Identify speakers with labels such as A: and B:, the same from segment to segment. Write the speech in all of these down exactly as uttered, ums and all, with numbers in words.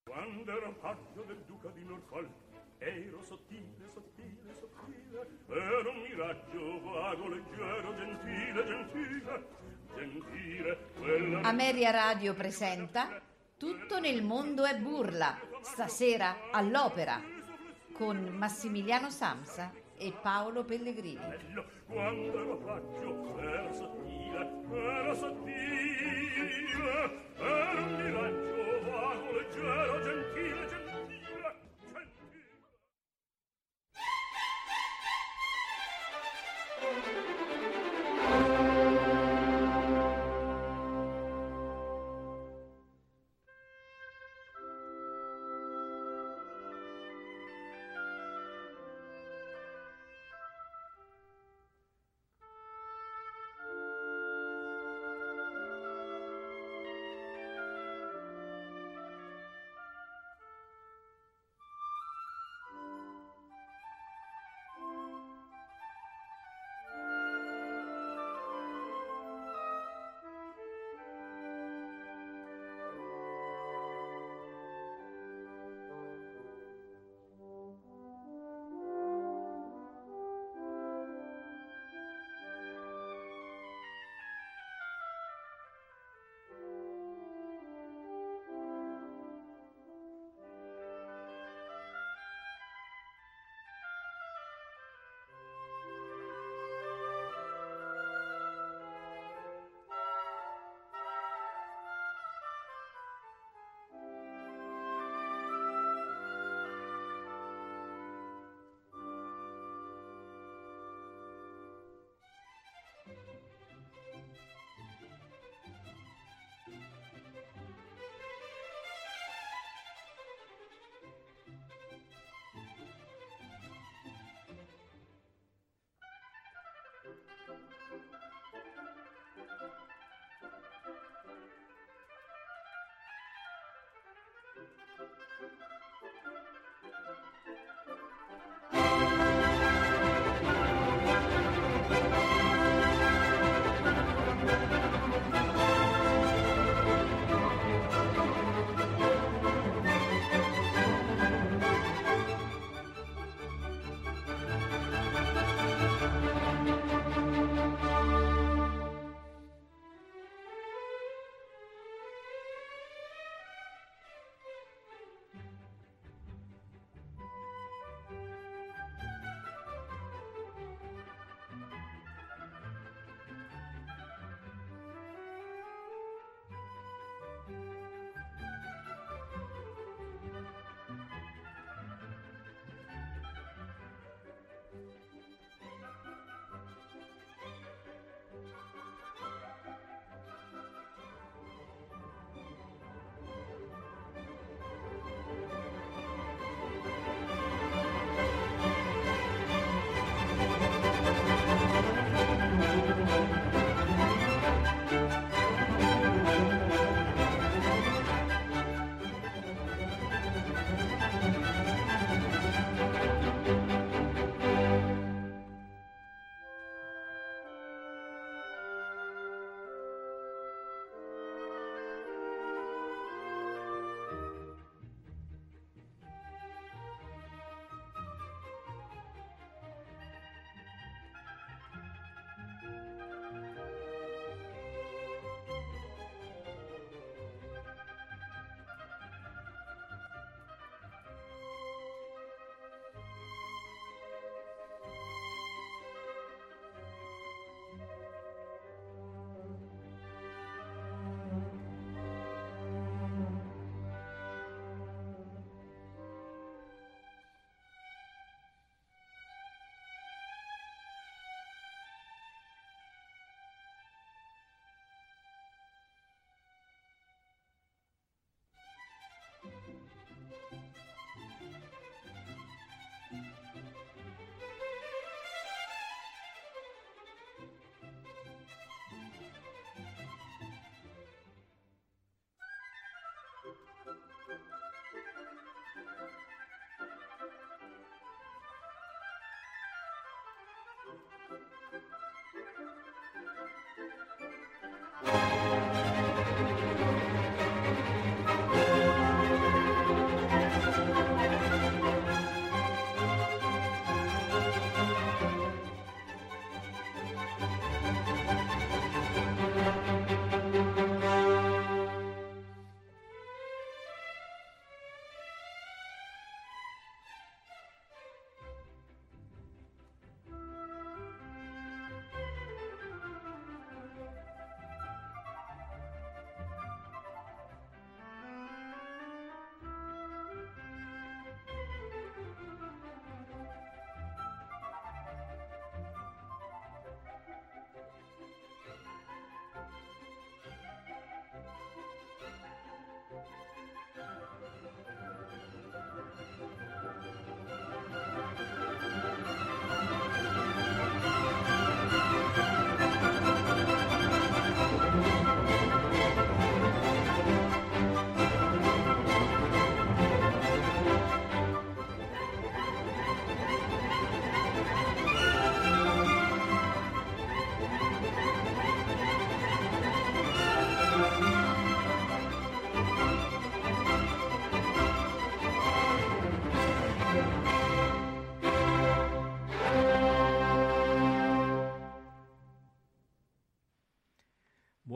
A: Quando ero paggio del duca di Norfolk, ero sottile, sottile, sottile, ero un miraggio vago, leggero, gentile, gentile, gentile. Quella...
B: Ameria Radio presenta Tutto nel mondo è burla, stasera all'Opera, con Massimiliano Samsa e Paolo Pellegrini.
A: Quando ero paggio, ero sottile, ero sottile, ero un miraggio vago, leggero, gentile, gentile.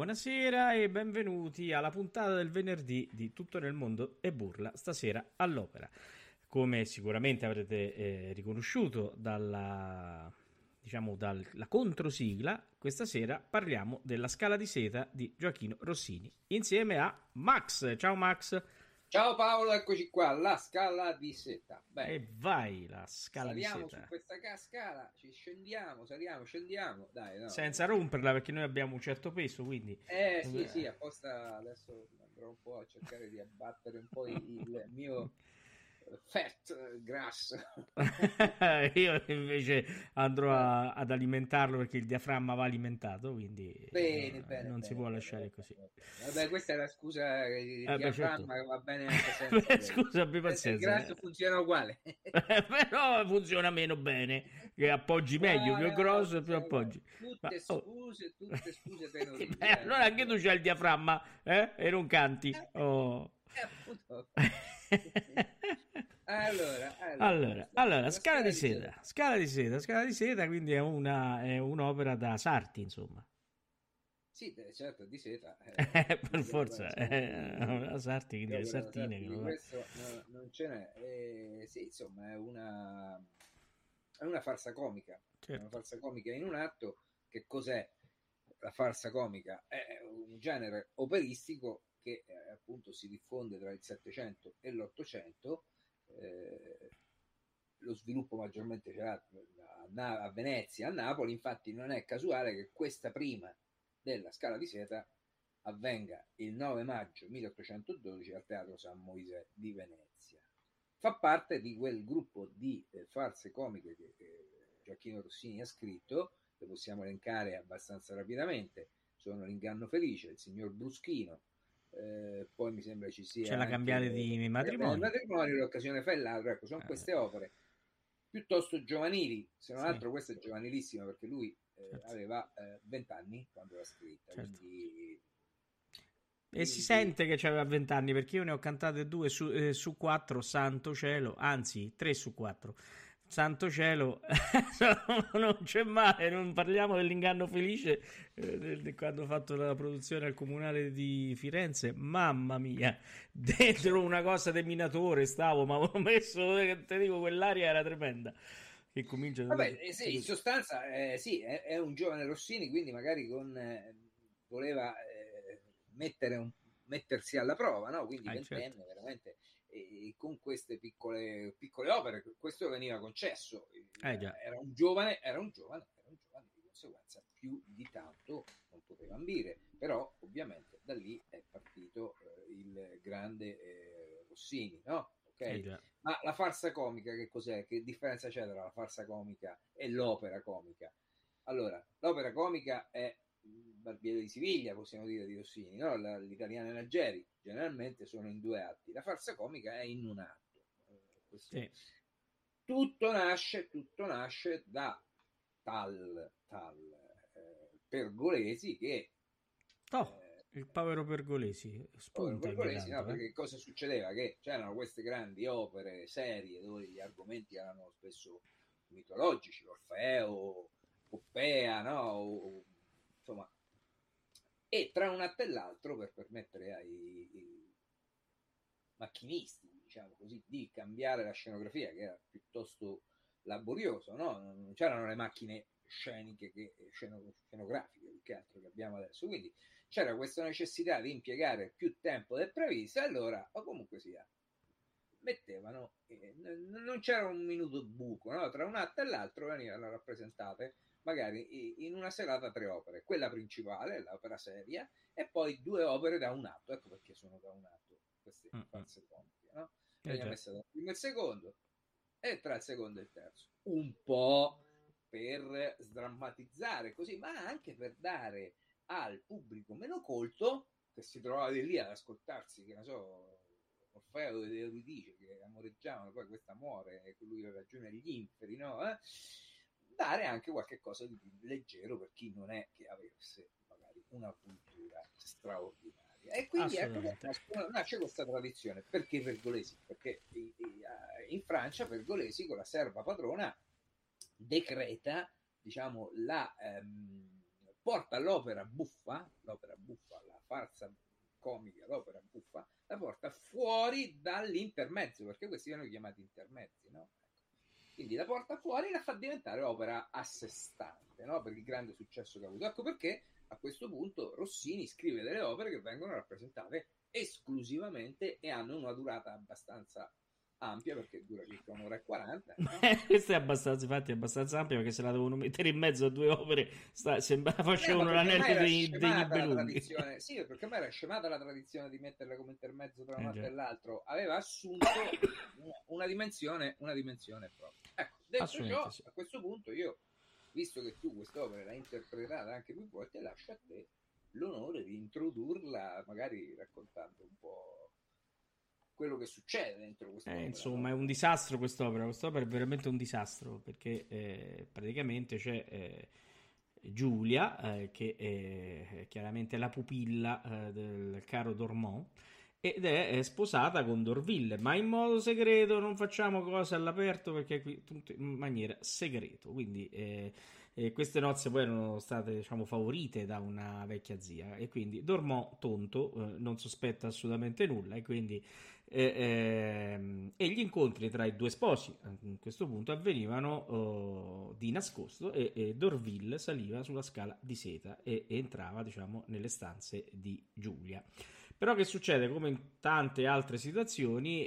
C: buonasera e benvenuti alla puntata del venerdì di Tutto nel mondo e burla, stasera all'opera. Come sicuramente avrete eh, riconosciuto dalla, diciamo, dalla controsigla, questa sera parliamo della Scala di seta di Gioachino Rossini, insieme a Max. Ciao Max!
D: Ciao Paolo, eccoci qua, la Scala di seta. Beh,
C: e vai, la Scala
D: saliamo
C: di seta.
D: su questa scala, ci scendiamo, saliamo, scendiamo, dai, no.
C: Senza romperla, perché noi abbiamo un certo peso, quindi...
D: Eh sì, sì, apposta adesso andrò un po' a cercare di abbattere un po' il mio fat grasso.
C: Io invece andrò a, ad alimentarlo, perché il diaframma va alimentato, quindi
D: bene,
C: no,
D: bene,
C: non
D: bene,
C: si può
D: bene,
C: lasciare
D: bene,
C: così.
D: bene. Vabbè, questa è la scusa, il
C: Eh, beh, certo.
D: diaframma va bene anche senza.
C: Beh, scusa, abbi pazienza.
D: Il grasso funziona uguale.
C: Però funziona meno bene, che appoggi meglio,
D: No,
C: più
D: no,
C: grosso
D: no,
C: più appoggi.
D: tutte
C: Ma, oh.
D: scuse, tutte scuse tenorine.
C: Beh, allora anche tu c'hai il diaframma, eh? E non canti. Oh.
D: Eh, appunto. Allora, allora,
C: Allora, allora,
D: la
C: Scala di seta, Scala di seta, Scala di seta, quindi è una, è un'opera da Sarti, insomma.
D: Sì, beh, certo, di seta.
C: Eh, per forza, eh, la Sarti, quindi le sartine. Che
D: Di
C: non...
D: questo no, non ce n'è. Eh, sì, insomma, è una, è una farsa comica.
C: Certo.
D: È una farsa comica in un atto. Che cos'è la farsa comica? È un genere operistico che eh, appunto si diffonde tra il Settecento e l'Ottocento. Eh, lo sviluppo maggiormente ce l'ha a, a Venezia, a Napoli. Infatti non è casuale che questa prima della Scala di seta avvenga il nove maggio milleottocentododici al Teatro San Moisè di Venezia. Fa parte di quel gruppo di eh, farse comiche che eh, Gioachino Rossini ha scritto, le possiamo elencare abbastanza rapidamente. Sono L'Inganno Felice, Il Signor Bruschino, eh, poi mi sembra ci sia
C: c'è la cambiale
D: anche,
C: di matrimonio,
D: il matrimonio, L'Occasione fa il ladro. Ecco, sono queste opere piuttosto giovanili, se non
C: Sì.
D: altro questa è giovanilissima, perché lui eh,
C: Certo.
D: aveva venti anni quando l'ha scritta,
C: Certo.
D: quindi...
C: E
D: quindi...
C: si sente che aveva venti anni, perché io ne ho cantate due su, eh, su quattro, santo cielo, anzi tre su quattro. Santo cielo, non c'è male, non parliamo dell'Inganno Felice, eh, quando ho fatto la produzione al Comunale di Firenze, mamma mia, dentro una cosa di minatore stavo, ma avevo messo, te dico, quell'aria era tremenda. Che comincia...
D: Vabbè, eh, sì, in sostanza, eh, sì, è, è un giovane Rossini, quindi magari con, eh, voleva eh, mettere un, mettersi alla prova, no? Quindi
C: Ah,
D: ventenne,
C: certo.
D: veramente... E con queste piccole, piccole opere, questo veniva concesso.
C: Eh, già.
D: Era un giovane, era un giovane, era un giovane, di conseguenza più di tanto non poteva ambire, però ovviamente da lì è partito eh, il grande eh, Rossini, no? Okay?
C: Eh, già.
D: Ma la farsa comica che cos'è? Che differenza c'è tra la farsa comica e l'opera comica? Allora, l'opera comica è Barbiere di Siviglia, possiamo dire, di Rossini, no? La, l'Italiana e l'Algeri generalmente sono in due atti, la farsa comica è in un atto. Eh, questo...
C: Sì.
D: tutto nasce tutto nasce da tal, tal eh, Pergolesi che
C: oh,
D: eh,
C: il povero Pergolesi spunta
D: Pergolesi,
C: tanto,
D: no, perché
C: eh?
D: cosa succedeva? Che c'erano queste grandi opere serie dove gli argomenti erano spesso mitologici, l'Orfeo, Poppea, no? O, insomma, e tra un atto e l'altro, per permettere ai, ai macchinisti, diciamo così, di cambiare la scenografia, che era piuttosto laborioso, no? Non c'erano le macchine sceniche, che, scenografiche, più che altro, che abbiamo adesso, quindi c'era questa necessità di impiegare più tempo del previsto, e allora, o comunque sia, mettevano, eh, non c'era un minuto buco, no? Tra un atto e l'altro venivano rappresentate magari in una serata tre opere, quella principale, l'opera seria, e poi due opere da un atto. Ecco perché sono da un atto queste farse comiche, no? Veniva messa dal primo e il secondo, e tra il secondo e il terzo, un po' per sdrammatizzare così, ma anche per dare al pubblico meno colto, che si trovava lì ad ascoltarsi, che ne so, Orfeo ed Euridice che amoreggiavano, poi questa muore e lui ha ragione agli inferi, no? Eh? Dare anche qualche cosa di più leggero per chi non è che avesse magari una cultura straordinaria. E quindi ecco che nasce questa tradizione. Perché Pergolesi? Perché in Francia Pergolesi, con la serva padrona, decreta, diciamo, la ehm, porta l'opera buffa, l'opera buffa, la farsa comica, l'opera buffa, la porta fuori dall'intermezzo, perché questi vengono chiamati intermezzi, no? Quindi la porta fuori e la fa diventare opera a sé stante, no? Per il grande successo che ha avuto. Ecco perché a questo punto Rossini scrive delle opere che vengono rappresentate esclusivamente e hanno una durata abbastanza ampia, perché dura circa un'ora e quaranta. No?
C: Questa è abbastanza, infatti, è abbastanza ampia, perché se la devono mettere in mezzo a due opere, sta, sembra facevano
D: Eh,
C: l'anello dei, dei Nibelunghi.
D: Sì, perché ormai era scemata la tradizione di metterla come intermezzo tra una
C: Eh,
D: parte
C: già.
D: e l'altro, aveva assunto una, una dimensione, una dimensione propria. Ecco, detto ciò,
C: Assolutamente sì.
D: a questo punto io, visto che tu quest'opera l'hai interpretata anche più volte, lascio a te l'onore di introdurla, magari raccontando un po' quello che succede dentro quest'opera.
C: Eh, insomma,
D: no?
C: è un disastro quest'opera. Quest'opera è veramente un disastro, perché eh, praticamente c'è eh, Giulia, eh, che è chiaramente la pupilla eh, del caro Dormont, ed è, è sposata con Dorville, ma in modo segreto, non facciamo cose all'aperto, perché qui tutto in maniera segreto. Quindi eh, eh, queste nozze poi erano state, diciamo, favorite da una vecchia zia, e quindi Dormont, tonto, eh, non sospetta assolutamente nulla, e quindi e, ehm, e gli incontri tra i due sposi a questo punto avvenivano oh, di nascosto, e, e Dorville saliva sulla scala di seta e, e entrava, diciamo, nelle stanze di Giulia. Però che succede? Come in tante altre situazioni,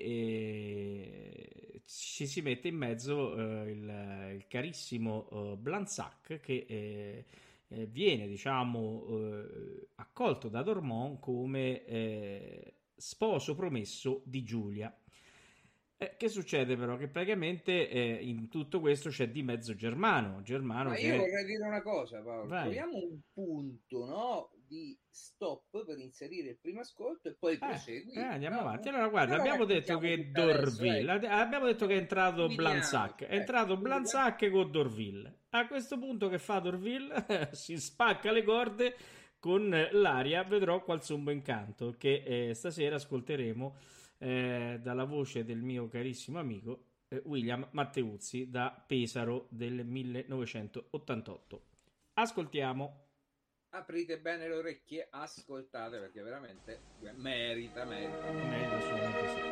C: eh, ci si mette in mezzo eh, il, il carissimo eh, Blansac, che eh, eh, viene, diciamo, eh, accolto da Dormont come eh, sposo promesso di Giulia. Eh, che succede però? Che praticamente eh, in tutto questo c'è di mezzo Germano, Germano
D: Ma
C: che
D: io
C: è...
D: vorrei dire una cosa, Paolo.
C: Vai.
D: Troviamo un punto, no, di stop per inserire il primo ascolto e poi
C: Eh,
D: prosegui.
C: eh, andiamo
D: no?
C: avanti. Allora, guarda,
D: Non la
C: abbiamo detto
D: raccontiamo
C: che
D: tutta adesso,
C: Dorville,
D: ecco.
C: abbiamo detto che è entrato
D: Dividiamoci,
C: Blansac, è
D: ecco,
C: entrato
D: dividiamo.
C: Blansac con Dorville. A questo punto che fa Dorville? Si spacca le corde con l'aria Vedrò qual sommo incanto, che eh, stasera ascolteremo eh, dalla voce del mio carissimo amico eh, William Matteuzzi, da Pesaro del millenovecentottantotto. Ascoltiamo.
D: Aprite bene le orecchie, ascoltate, perché veramente merita, merita.
C: Merita assolutamente sì.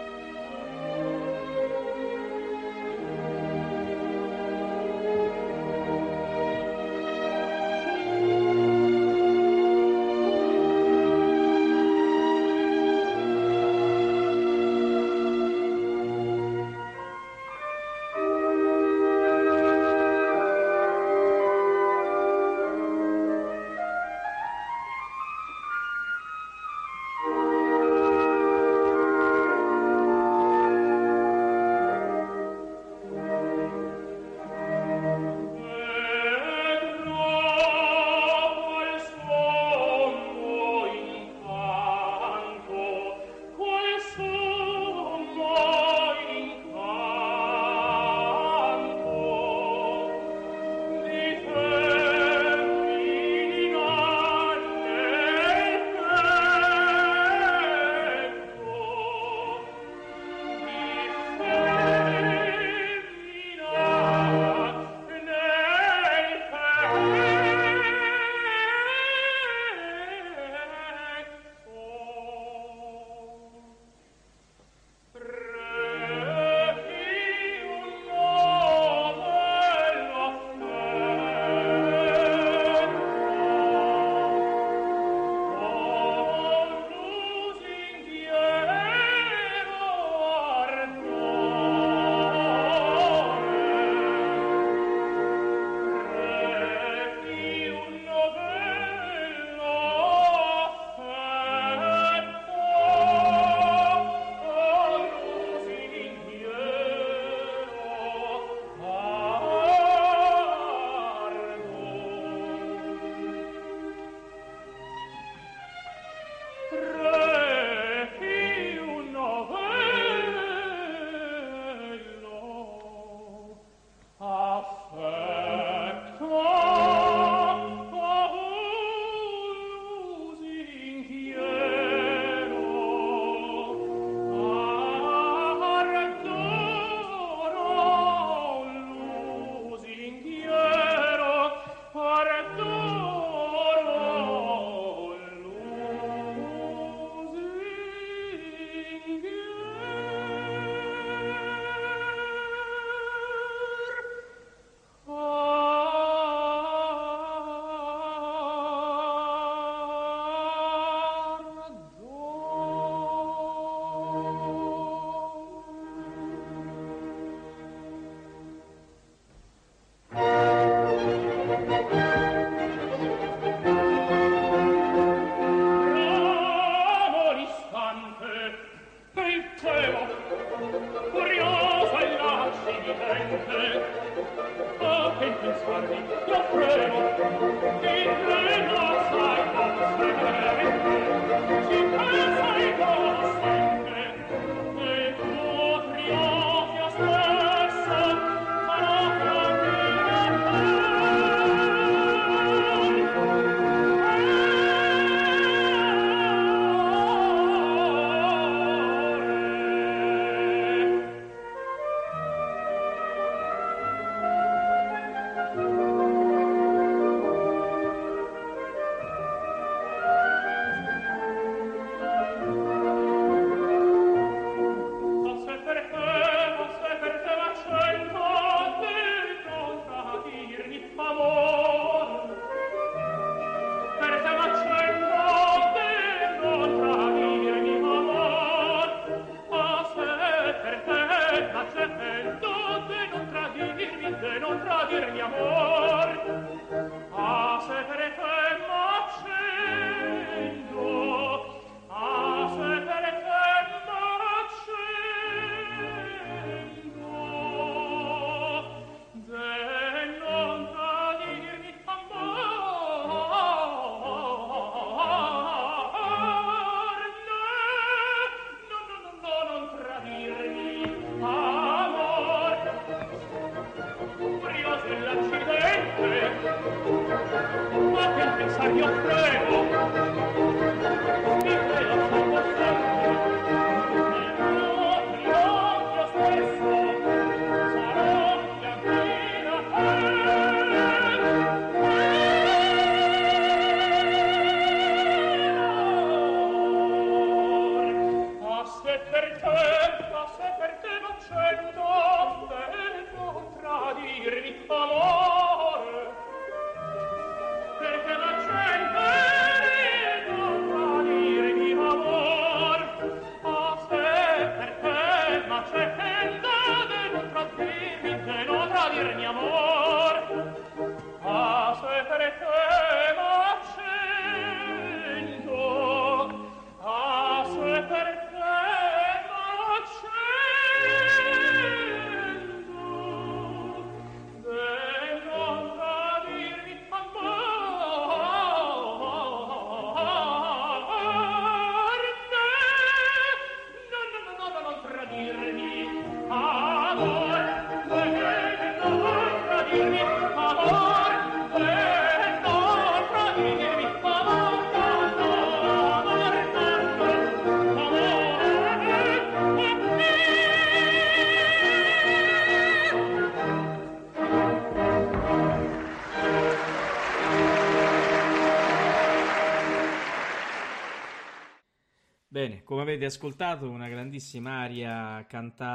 C: Bene, come avete ascoltato, una grandissima aria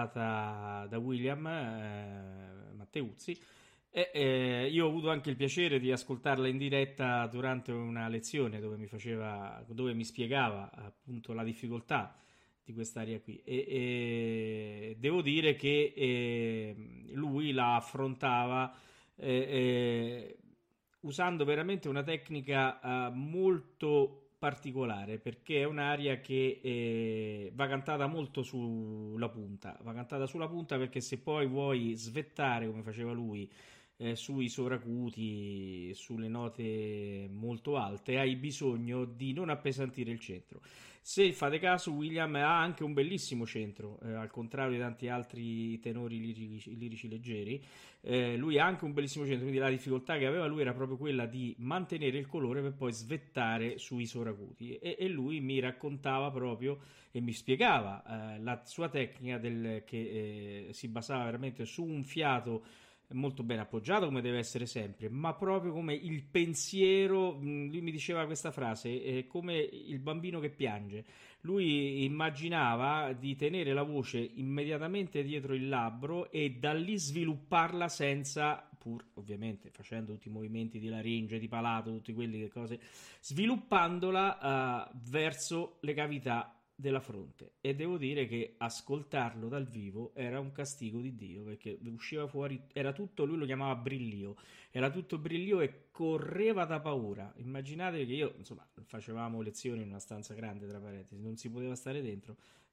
C: cantata da William eh, Matteuzzi. E, eh, io ho avuto anche il piacere di ascoltarla in diretta durante una lezione dove mi faceva, dove mi spiegava appunto la difficoltà di quest'aria qui. E, e devo dire che eh, lui la affrontava eh, eh, usando veramente una tecnica eh, molto particolare, perché è un'aria che eh, va cantata molto sulla punta, va cantata sulla punta perché se poi vuoi svettare come faceva lui eh, sui sovracuti, sulle note molto alte, hai bisogno di non appesantire il centro. Se fate caso, William ha anche un bellissimo centro, eh, al contrario di tanti altri tenori lirici, lirici leggeri. Eh, lui ha anche un bellissimo centro, quindi la difficoltà che aveva lui era proprio quella di mantenere il colore per poi svettare sui sovracuti. E, e lui mi raccontava proprio e mi spiegava eh, la sua tecnica del, che eh, si basava veramente su un fiato molto ben appoggiato come deve essere sempre, ma proprio come il pensiero. Lui mi diceva questa frase, eh, come il bambino che piange. Lui immaginava di tenere la voce immediatamente dietro il labbro e da lì svilupparla senza, pur ovviamente facendo tutti i movimenti di laringe, di palato, tutti quelli cose, sviluppandola uh, verso le cavità della fronte. E devo dire che ascoltarlo dal vivo era un castigo di Dio, perché usciva fuori, era tutto, lui lo chiamava brillio, era tutto brillio e correva da paura. Immaginate che io, insomma, facevamo lezioni in una stanza grande, tra parentesi, non si poteva stare dentro,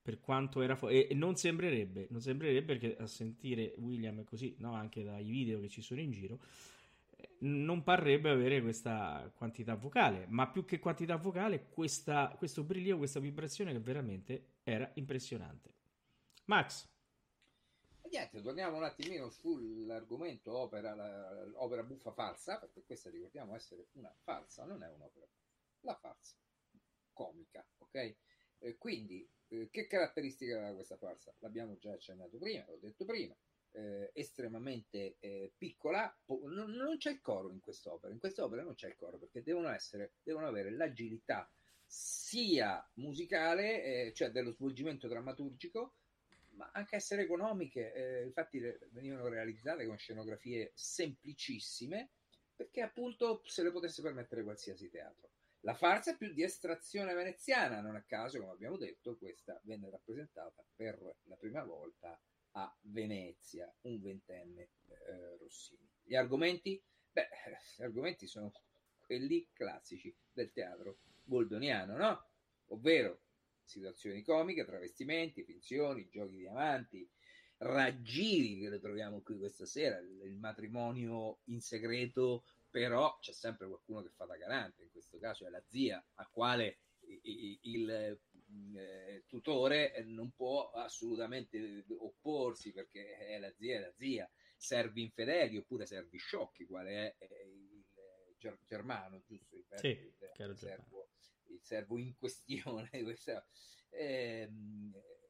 C: per quanto era fu- e, e non sembrerebbe, non sembrerebbe perché a sentire William è così, no? Anche dai video che ci sono in giro, eh, non parrebbe avere questa quantità vocale, ma più che quantità vocale, questa, questo brillo, questa vibrazione che veramente era impressionante. Max,
D: E niente, torniamo un attimino sull'argomento opera, la- opera buffa farsa, perché questa ricordiamo essere una farsa, non è un'opera buffa, la farsa comica, ok? Eh, quindi, eh, che caratteristica aveva questa farsa? L'abbiamo già accennato prima, l'ho detto prima, eh, estremamente eh, piccola, po- non, non c'è il coro in quest'opera, in quest'opera non c'è il coro, perché devono essere, devono avere l'agilità sia musicale, eh, cioè dello svolgimento drammaturgico, ma anche essere economiche. Eh, infatti le- venivano realizzate con scenografie semplicissime, perché appunto se le potesse permettere qualsiasi teatro. La farsa è più di estrazione veneziana, non a caso, come abbiamo detto, questa venne rappresentata per la prima volta a Venezia, un ventenne eh, Rossini. Gli argomenti? Beh, gli argomenti sono quelli classici del teatro goldoniano, no? Ovvero situazioni comiche, travestimenti, finzioni, giochi di amanti, raggiri, che lo troviamo qui questa sera, il matrimonio in segreto, però c'è sempre qualcuno che fa da garante, in questo caso è la zia, a quale il, il eh, tutore non può assolutamente opporsi, perché è la zia, è la zia. Servi infedeli oppure servi sciocchi, quale è, è il ger- germano, giusto? Il,
C: sì,
D: il,
C: caro
D: il
C: Germano.
D: servo, il servo in questione. Questa, ehm,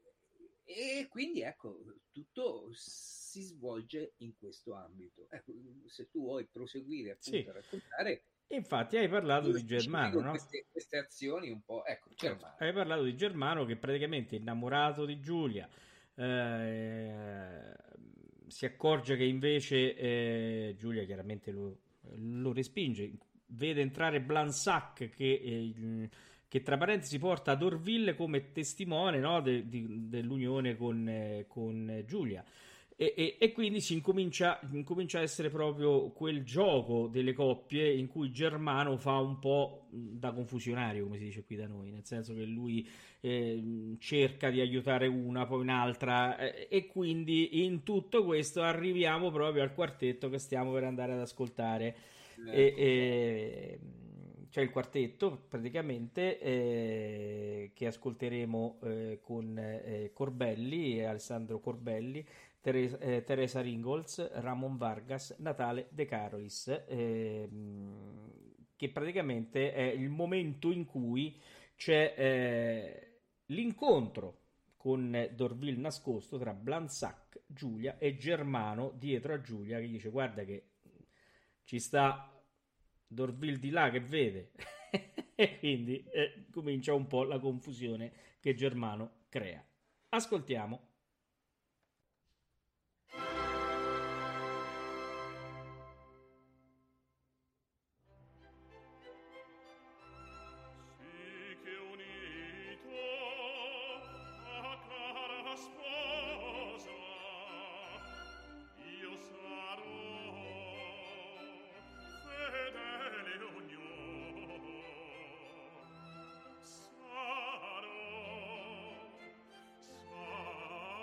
D: e quindi ecco, tutto si svolge in questo ambito. Ecco, se tu vuoi proseguire appunto
C: Sì,
D: a raccontare
C: infatti hai parlato
D: nello
C: di Germano,
D: specifico
C: no?
D: queste, queste azioni un po', ecco,
C: Certo,
D: Germano.
C: hai parlato di Germano che praticamente è innamorato di Giulia, eh, si accorge che invece eh, Giulia chiaramente lo, lo respinge, vede entrare Blansac che, eh, che tra parentesi porta ad Orville come testimone, no, de- di- dell'unione con, eh, con Giulia. E, e- e quindi si incomincia, incomincia a essere proprio quel gioco delle coppie in cui Germano fa un po' da confusionario, come si dice qui da noi, nel senso che lui eh, cerca di aiutare una, poi un'altra, eh, e quindi in tutto questo arriviamo proprio al quartetto che stiamo per andare ad ascoltare. E,
D: Ecco,
C: e, c'è il quartetto praticamente eh, che ascolteremo eh, con eh, Corbelli, Alessandro Corbelli, Teresa, eh, Teresa Ringholz, Ramon Vargas, Natale De Carolis, ehm, che praticamente è il momento in cui c'è eh, l'incontro con Dorville nascosto tra Blansac, Giulia e Germano dietro a Giulia che dice guarda che ci sta Dorville di là che vede e quindi eh, comincia un po' la confusione che Germano crea. Ascoltiamo.
A: Sì che unito a cara sposa io sarò fedele ognuno sarò sarò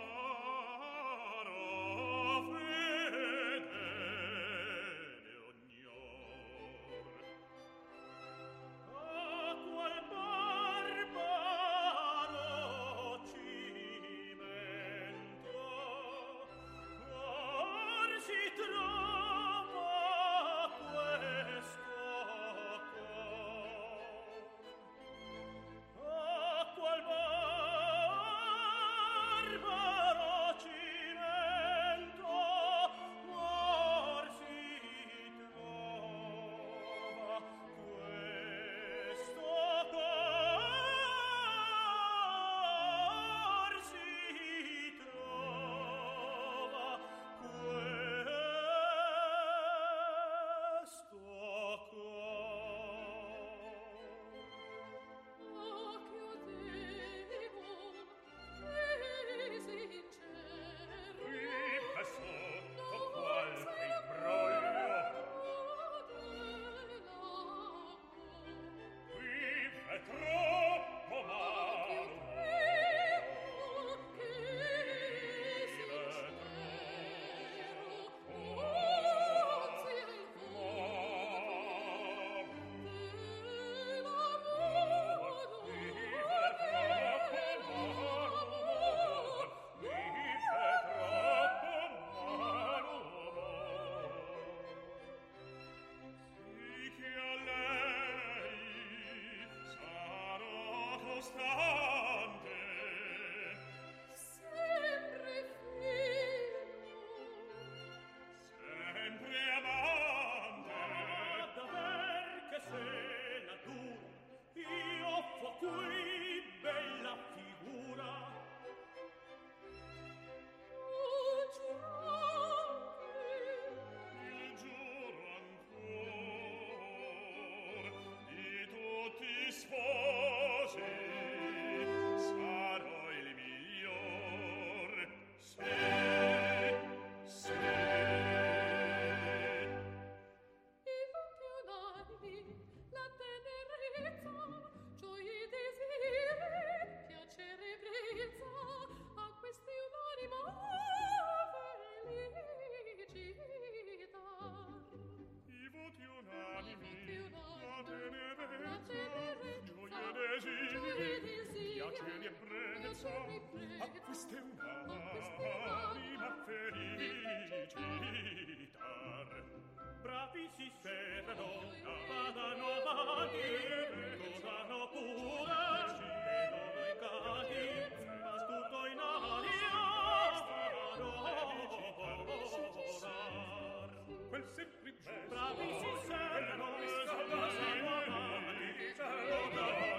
A: Acquiste un'anima felicità. Bravi si serrano, vadano avanti, godano pure, scendono i cani, ma tutto in aria faranno. Quel semplice bravi si serrano, godano avanti, godano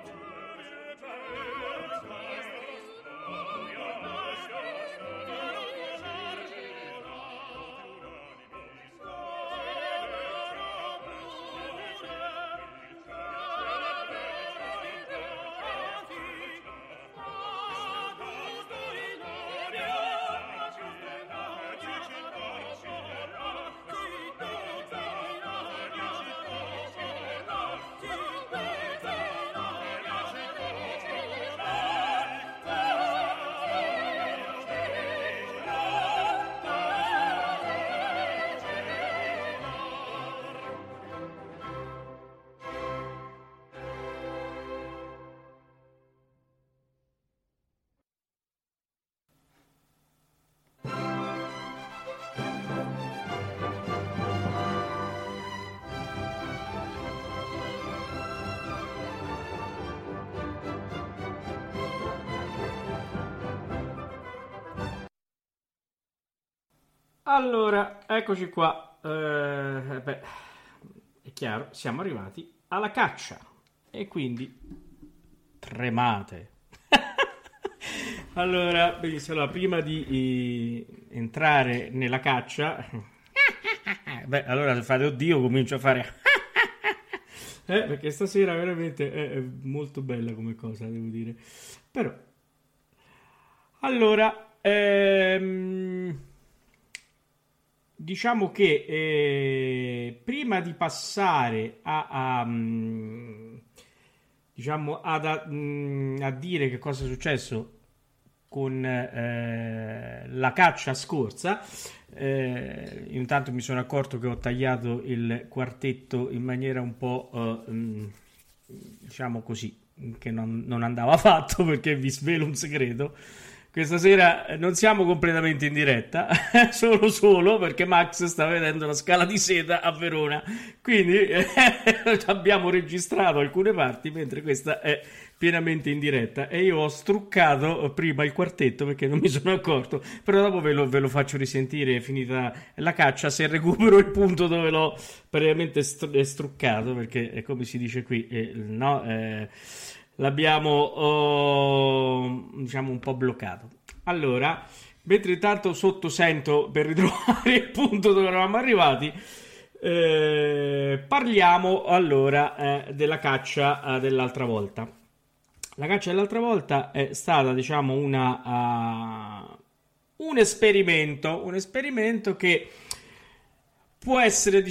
C: Allora, eccoci qua. Eh, beh, è chiaro, siamo arrivati alla caccia e quindi tremate. Allora, benissimo, allora, prima di eh, entrare nella caccia, beh, allora se fate oddio, comincio a fare eh, perché stasera veramente è, è molto bella come cosa, devo dire. Però, allora, ehm... diciamo che eh, prima di passare a, a diciamo ad, a, a dire che cosa è successo con eh, la caccia scorsa, eh, intanto mi sono accorto che ho tagliato il quartetto in maniera un po' eh, diciamo così, che non, non andava fatto, perché vi svelo un segreto. Questa sera non siamo completamente in diretta, solo solo perché Max sta vedendo la Scala di Seta a Verona, quindi eh, abbiamo registrato alcune parti mentre questa è pienamente in diretta e io ho struccato prima il quartetto perché non mi sono accorto, però dopo ve lo, ve lo faccio risentire finita la caccia, se recupero il punto dove l'ho praticamente stru- struccato, perché è come si dice qui, eh, no? Eh, l'abbiamo oh, diciamo un po' bloccato. Allora, mentre intanto sotto sento per ritrovare il punto dove eravamo arrivati, eh, parliamo allora eh, della caccia eh, dell'altra volta. La caccia dell'altra volta è stata, diciamo, una uh, un esperimento, un esperimento che può essere,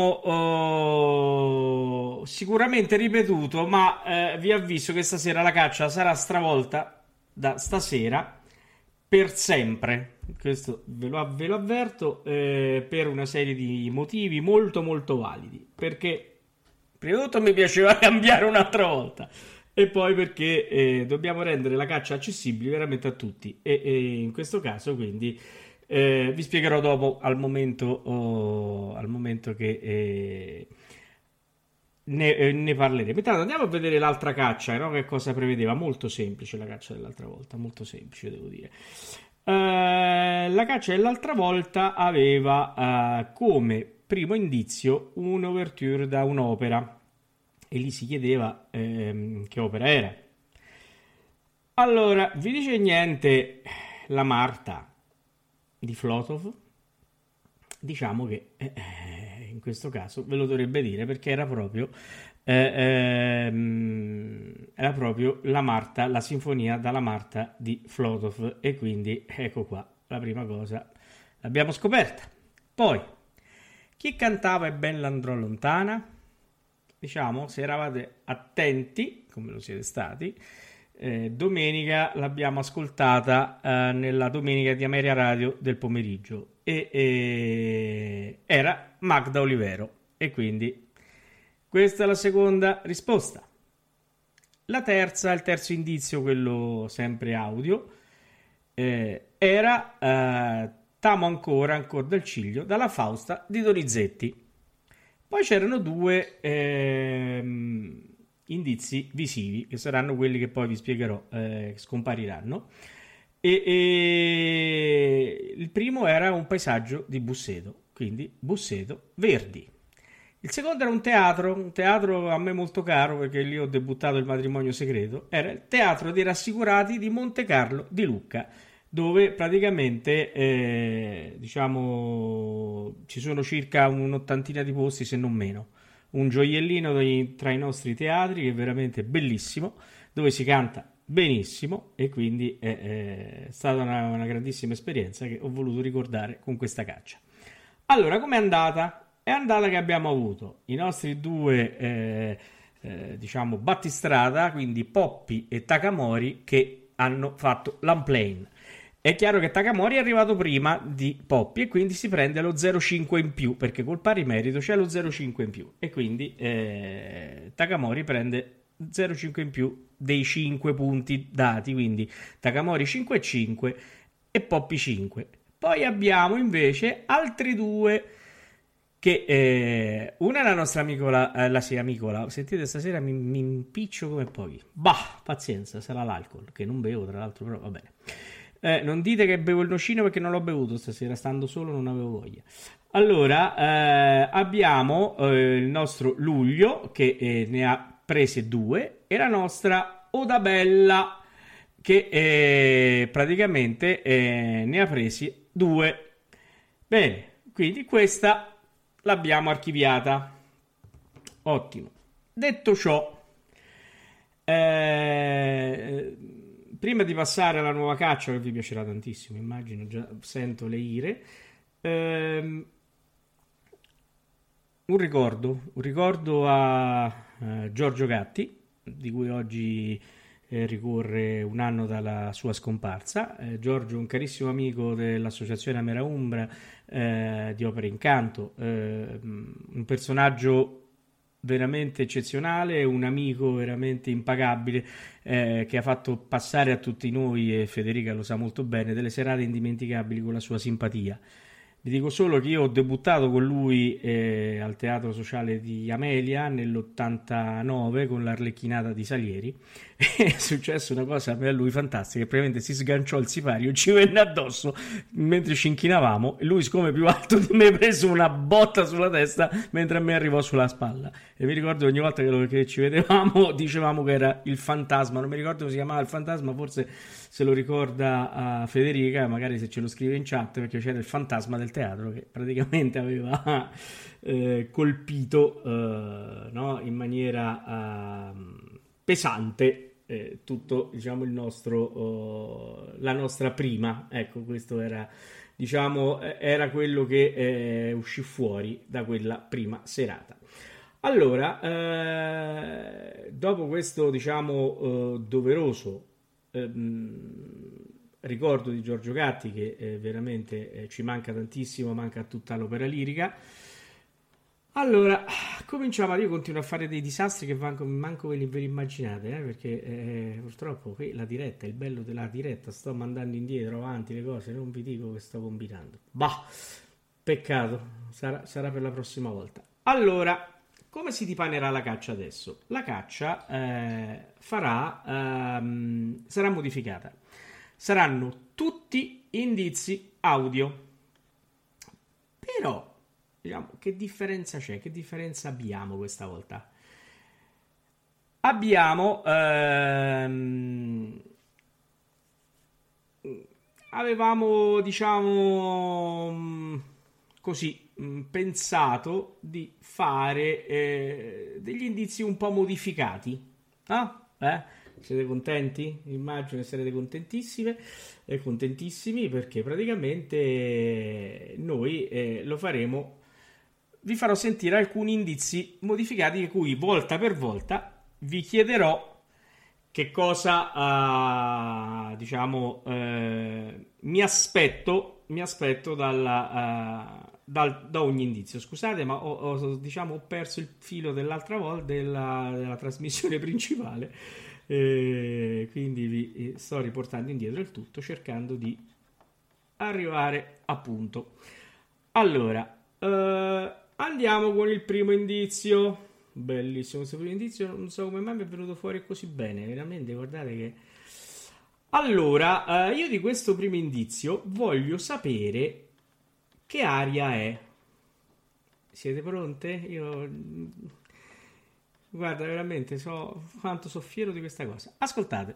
C: diciamo, uh, sicuramente ripetuto, ma eh, vi avviso che stasera la caccia sarà stravolta da stasera per sempre. Questo ve lo, ve lo avverto, eh, per una serie di motivi molto molto validi. Perché, prima di tutto, mi piaceva cambiare un'altra volta. E poi perché eh, dobbiamo rendere la caccia accessibile veramente a tutti. E, e in questo caso, quindi... Eh, vi spiegherò dopo al momento, oh, al momento che eh, ne, eh, ne parleremo. Intanto andiamo a vedere l'altra caccia, no? Che cosa prevedeva. Molto semplice la caccia dell'altra volta, molto semplice, devo dire. Eh, la caccia dell'altra volta aveva eh, come primo indizio un'ouverture da un'opera e lì si chiedeva ehm, che opera era. Allora, vi dice niente la Marta di Flotov? Diciamo che eh, in questo caso ve lo dovrebbe dire, perché era proprio eh, ehm, era proprio la Marta, la sinfonia dalla Marta di Flotov, e quindi ecco qua la prima cosa l'abbiamo scoperta. Poi chi cantava E ben l'andrò lontana? Diciamo, se eravate attenti, come lo siete stati, Eh, domenica l'abbiamo ascoltata eh, nella domenica di Ameria Radio del pomeriggio e, e era Magda Olivero, e quindi questa è la seconda risposta. La terza, il terzo indizio, quello sempre audio, eh, era eh, T'amo ancora, ancora del Ciglio, dalla Fausta di Donizetti. Poi c'erano due ehm, indizi visivi, che saranno quelli che poi vi spiegherò, eh, che scompariranno. E, e il primo era un paesaggio di Busseto, quindi Busseto Verdi. Il secondo era un teatro, un teatro a me molto caro perché lì ho debuttato Il matrimonio segreto, era il Teatro dei Rassicurati di Monte Carlo di Lucca, dove praticamente eh, diciamo ci sono circa un'ottantina di posti, se non meno. Un gioiellino dei- tra i nostri teatri che è veramente bellissimo, dove si canta benissimo e quindi è, è stata una, una grandissima esperienza che ho voluto ricordare con questa caccia. Allora, com'è andata? È andata che abbiamo avuto i nostri due, eh, eh, diciamo, battistrada, quindi Poppi e Takamori, che hanno fatto l'unplane. È chiaro che Takamori è arrivato prima di Poppi e quindi si prende lo zero virgola cinque in più, perché col pari merito c'è lo zero virgola cinque in più e quindi eh, Takamori prende zero virgola cinque in più dei cinque punti dati, quindi Takamori cinque virgola cinque e Poppi cinque. Poi abbiamo invece altri due che eh, una è la nostra amicola, eh, la sì, amicola, sentite stasera mi, mi impiccio come pochi. Bah, pazienza, sarà l'alcol, che non bevo tra l'altro, però va bene. Eh, non dite che bevo il nocino perché non l'ho bevuto stasera, stando solo non avevo voglia. Allora, eh, abbiamo eh, il nostro Luglio che eh, ne ha prese due e la nostra Odabella che eh, praticamente eh, ne ha presi due. Bene, quindi questa l'abbiamo archiviata. Ottimo. Detto ciò, eh, prima di passare alla nuova caccia, che vi piacerà tantissimo, immagino, già sento le ire, ehm, un ricordo, un ricordo a eh, Giorgio Gatti, di cui oggi eh, ricorre un anno dalla sua scomparsa. Eh, Giorgio, un carissimo amico dell'associazione Amera Umbra eh, di Opera Incanto, eh, un personaggio veramente eccezionale, un amico veramente impagabile eh, che ha fatto passare a tutti noi, e Federica lo sa molto bene, delle serate indimenticabili con la sua simpatia. Vi dico solo che io ho debuttato con lui eh, al Teatro Sociale di Amelia nell'ottantanove con l'Arlecchinata di Salieri. È successa una cosa per lui fantastica, che praticamente si sganciò il sipario, ci venne addosso mentre ci inchinavamo e lui, siccome più alto di me, prese una botta sulla testa mentre a me arrivò sulla spalla. E mi ricordo ogni volta che, lo, che ci vedevamo dicevamo che era il fantasma, non mi ricordo come si chiamava il fantasma, forse se lo ricorda a Federica, magari se ce lo scrive in chat, perché c'era il fantasma del teatro che praticamente aveva eh, colpito eh, no, in maniera eh, pesante eh, tutto, diciamo, il nostro eh, la nostra prima, ecco, questo era, diciamo, era quello che eh, uscì fuori da quella prima serata. Allora, eh, dopo questo, diciamo, eh, doveroso ehm, ricordo di Giorgio Gatti, che eh, veramente eh, ci manca tantissimo, manca a tutta l'opera lirica. Allora, cominciamo. Io continuo a fare dei disastri che manco, manco ve li, ve li immaginate, eh, perché eh, purtroppo qui la diretta, il bello della diretta, sto mandando indietro, avanti le cose, non vi dico che sto combinando. Bah, peccato, sarà, sarà per la prossima volta. Allora, come si dipanerà la caccia adesso? La caccia eh, farà, ehm, sarà modificata. Saranno tutti indizi audio. Però, diciamo, che differenza c'è? Che differenza abbiamo questa volta? Abbiamo ehm, avevamo, diciamo, così pensato di fare eh, degli indizi un po' modificati. Ah? Eh? Siete contenti? Immagino che sarete contentissime e contentissimi, perché praticamente noi eh, lo faremo. Vi farò sentire alcuni indizi modificati di cui volta per volta vi chiederò che cosa uh, diciamo uh, mi aspetto mi aspetto dalla, uh, dal, da ogni indizio. Scusate, ma ho, ho, diciamo, ho perso il filo dell'altra volta della, della trasmissione principale. E quindi vi sto riportando indietro il tutto cercando di arrivare a punto. Allora, eh, andiamo con il primo indizio. Bellissimo questo primo indizio, non so come mai mi è venuto fuori così bene, veramente, guardate che... Allora, eh, io di questo primo indizio voglio sapere che aria è. Siete pronte? Io... Guarda, veramente, so quanto so fiero di questa cosa. Ascoltate.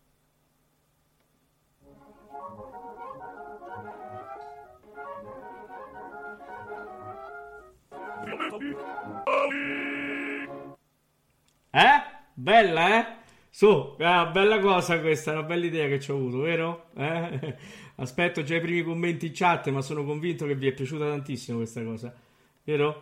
C: Eh? Bella, eh? Su, ah, bella cosa questa, è una bella idea che ci ho avuto, vero? Eh? Aspetto già i primi commenti in chat, ma sono convinto che vi è piaciuta tantissimo questa cosa, vero?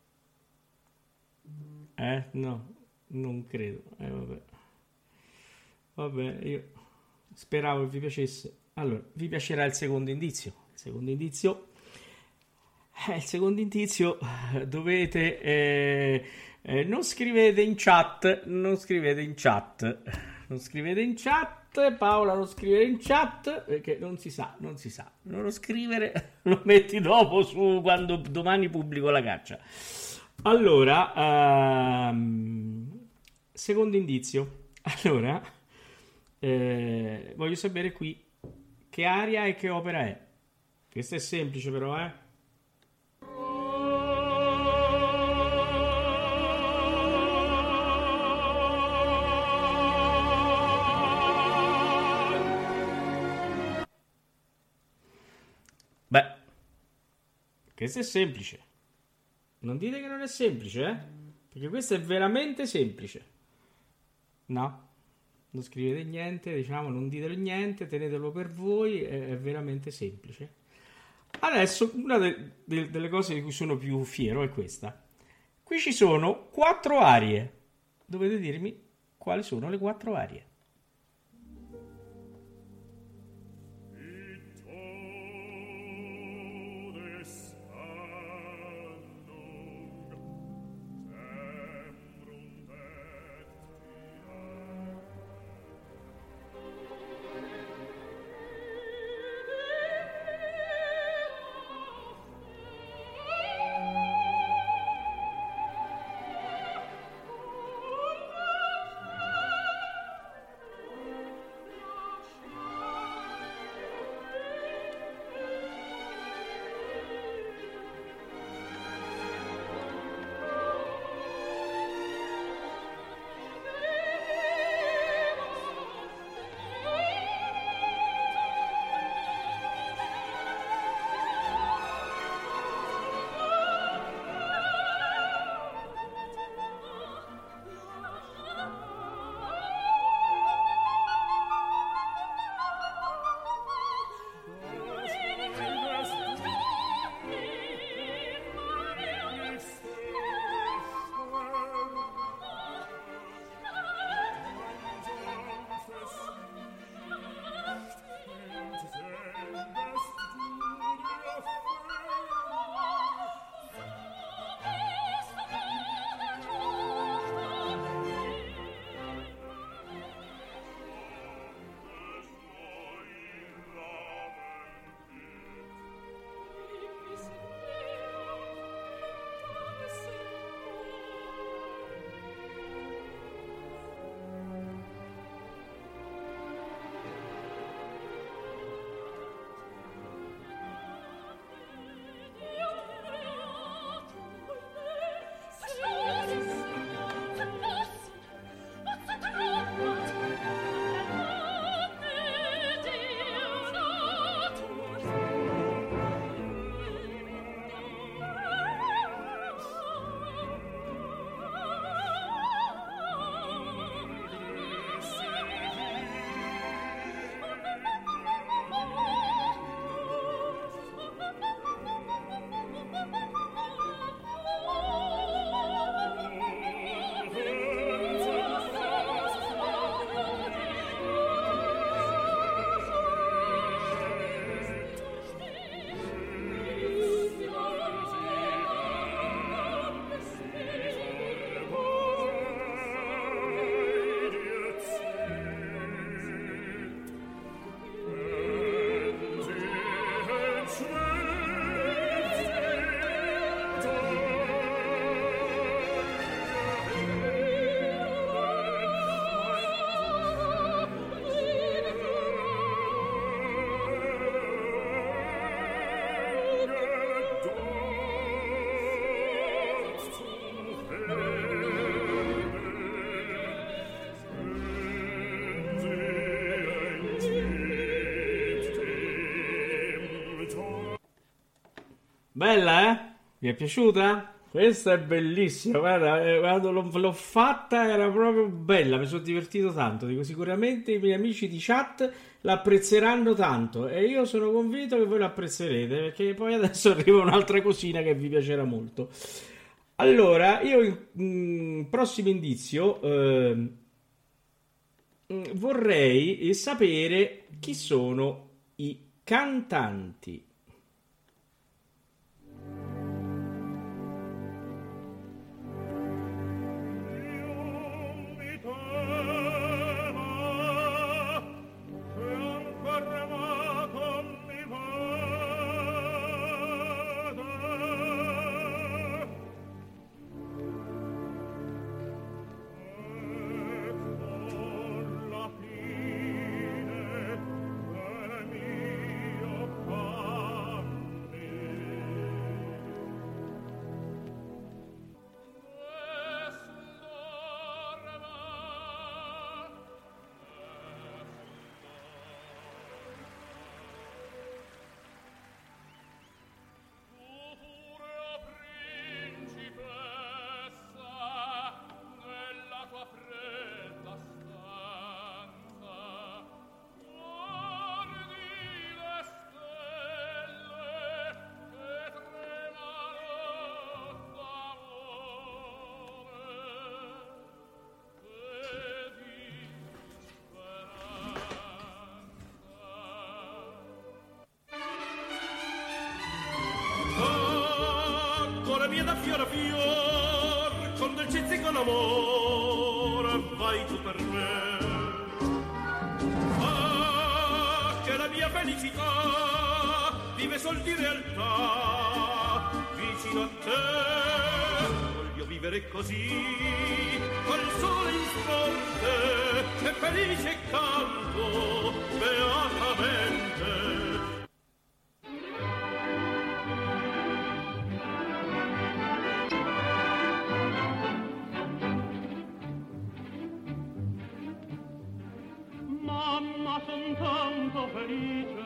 C: Eh? No, non credo. Eh, vabbè. Vabbè, io speravo che vi piacesse. Allora, vi piacerà il secondo indizio. Il secondo indizio... Eh, il secondo indizio dovete... Eh, eh, non scrivete in chat, non scrivete in chat, non scrivete in chat, Paola non scrivere in chat, perché non si sa, non si sa. Non lo scrivere, lo metti dopo su quando domani pubblico la caccia. Allora, ehm, secondo indizio. Allora, eh, voglio sapere qui che aria e che opera è. Questo è semplice però, eh. Beh, questo è semplice. Non dite che non è semplice, eh? Perché questo è veramente semplice. No? Non scrivete niente, diciamo, non ditelo niente, tenetelo per voi, è, è veramente semplice. Adesso, una de- de- delle cose di cui sono più fiero è questa. Qui ci sono quattro arie. Dovete dirmi quali sono le quattro arie. Bella, eh? Vi è piaciuta? Questa è bellissima, guarda, eh, quando l'ho, l'ho fatta era proprio bella, mi sono divertito tanto, dico sicuramente i miei amici di chat l'apprezzeranno tanto e io sono convinto che voi l'apprezzerete perché poi adesso arriva un'altra cosina che vi piacerà molto. Allora, io in, in prossimo indizio eh, vorrei sapere chi sono i cantanti.
A: Mia da fior a fior, con dolcezza e con amore, vai tu per me. Ah, che la mia felicità vive sol di realtà, vicino a te. Voglio vivere così, col sole in fronte, e felice canto, beatamente.
E: Son tanto felice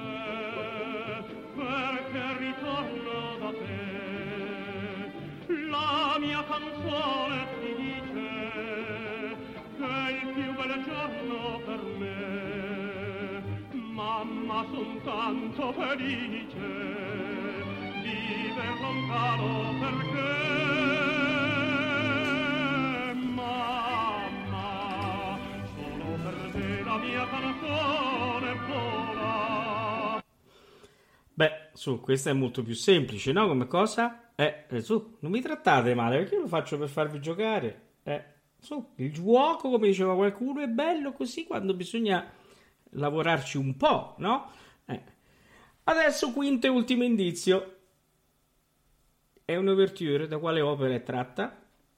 E: perché ritorno da te. La mia canzone ti dice che è il più bel giorno per me. Mamma, son tanto felice viver lontano perché. La mia canzone vola.
C: Beh, su, questa è molto più semplice, no? Come cosa? Eh, eh, su, non mi trattate male, perché io lo faccio per farvi giocare. Eh, su, il gioco, come diceva qualcuno, è bello così quando bisogna lavorarci un po', no? Eh. Adesso, quinto e ultimo indizio. È un'ouverture, da quale opera è tratta?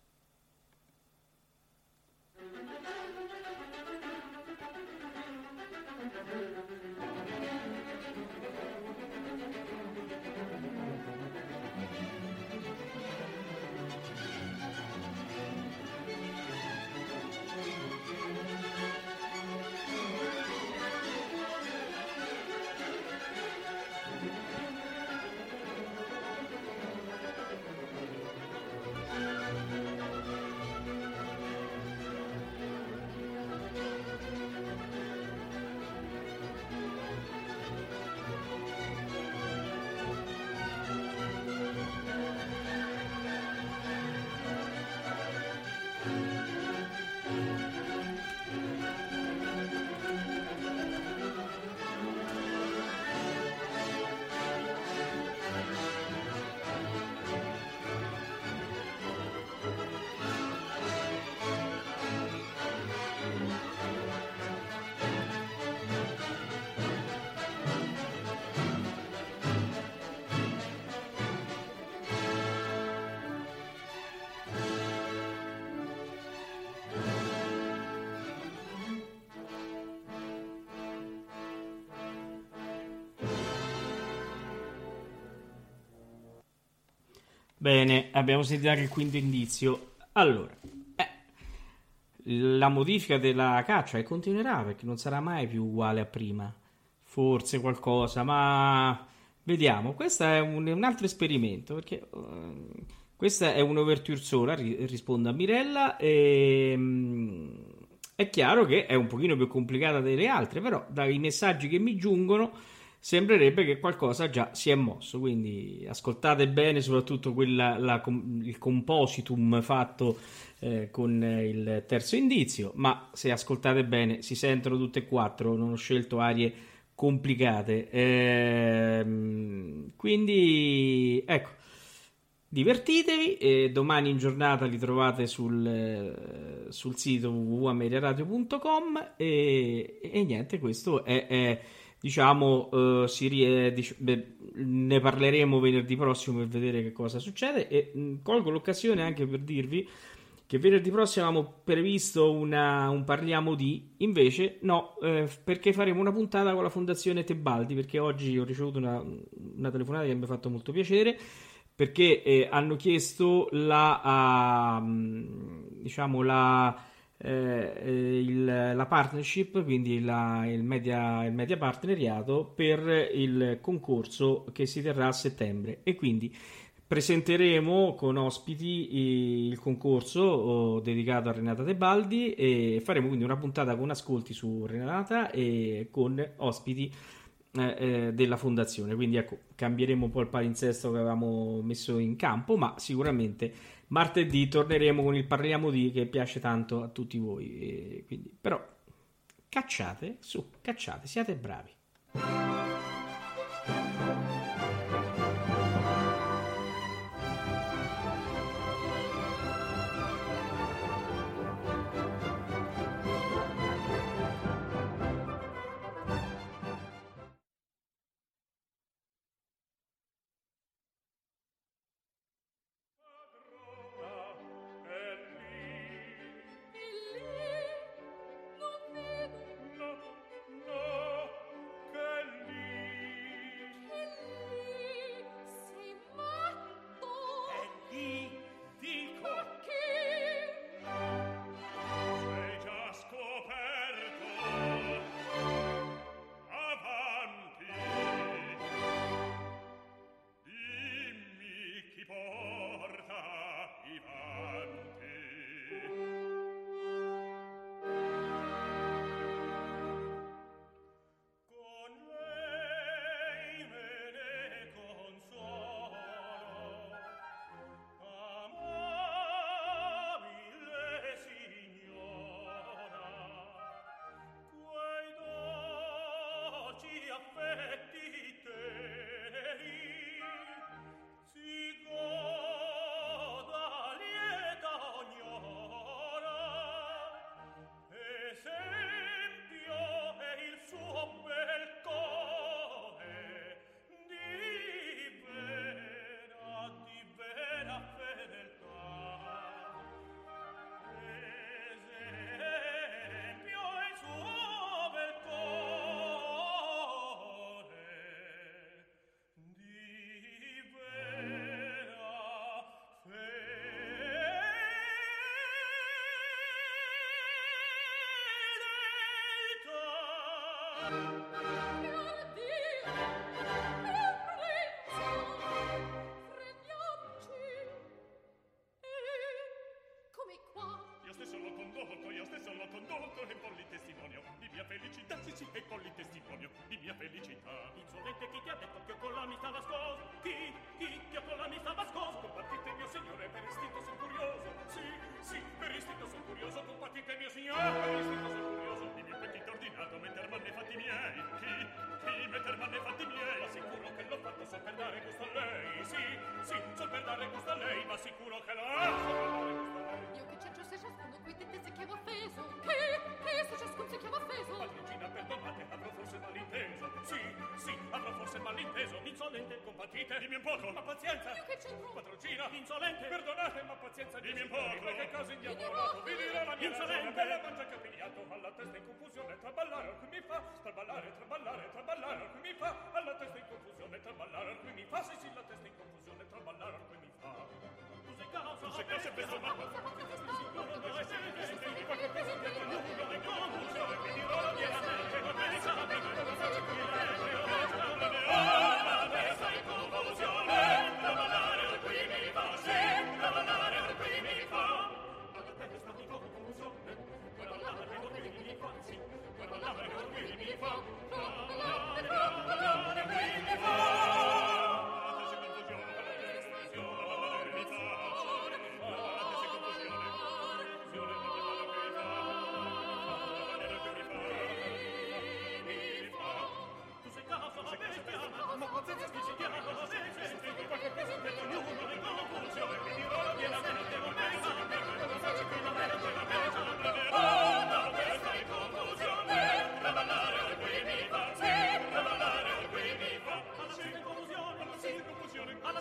C: Bene, abbiamo sentito anche il quinto indizio. Allora, eh, la modifica della caccia e continuerà perché non sarà mai più uguale a prima. Forse qualcosa, ma Vediamo, questo è un, un altro esperimento, perché uh, questa è un'ouverture sola, ri- rispondo a Mirella, e, um, è chiaro che è un pochino più complicata delle altre, però dai messaggi che mi giungono sembrerebbe che qualcosa già si è mosso, quindi ascoltate bene soprattutto quella, la, il compositum fatto eh, con il terzo indizio, ma se ascoltate bene si sentono tutte e quattro, non ho scelto arie complicate, ehm, quindi ecco, divertitevi, e domani in giornata li trovate sul, sul sito w w w punto ameriaradio punto com e, e niente, questo è, è diciamo uh, si rie, dic- beh, ne parleremo venerdì prossimo per vedere che cosa succede, e mh, colgo l'occasione anche per dirvi che venerdì prossimo avevamo previsto una, un parliamo di, invece no, eh, perché faremo una puntata con la Fondazione Tebaldi, perché oggi ho ricevuto una, una telefonata che mi ha fatto molto piacere, perché eh, hanno chiesto la uh, diciamo la, eh, il, la partnership, quindi la, il, media, il media partenariato per il concorso che si terrà a settembre, e quindi presenteremo con ospiti il concorso dedicato a Renata Tebaldi, e faremo quindi una puntata con ascolti su Renata e con ospiti eh, eh, della fondazione. Quindi ecco, cambieremo un po' il palinsesto che avevamo messo in campo, ma sicuramente martedì torneremo con il parliamo di, che piace tanto a tutti voi, e quindi, però cacciate su, cacciate, siate bravi.
E: Dimmi un poco, ma pazienza! Io che c'entro? Patroncina! Insolente! Perdonate, ma pazienza! Dimmi un poco! Ma che cosa indiavolato? Vi dirò la mia ragione! Bella mangia capiniato, alla testa in confusione, traballare al cui mi fa, traballare, traballare, traballare al cui mi fa, alla testa in confusione, traballare al cui mi fa, sì sì, la testa in confusione, traballare al cui mi fa. Tu sei causa, tu sei causa, penso ma... Oh,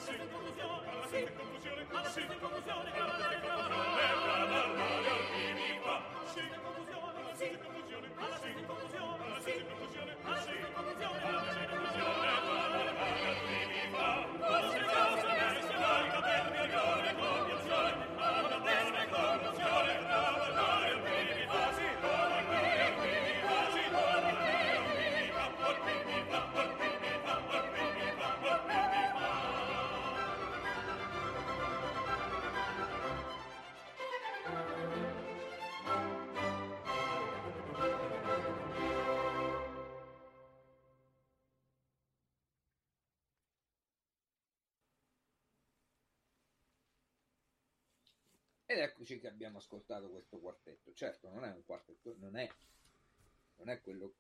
D: Ed eccoci che abbiamo ascoltato questo quartetto. Certo, non è un quartetto, non è, non è quello,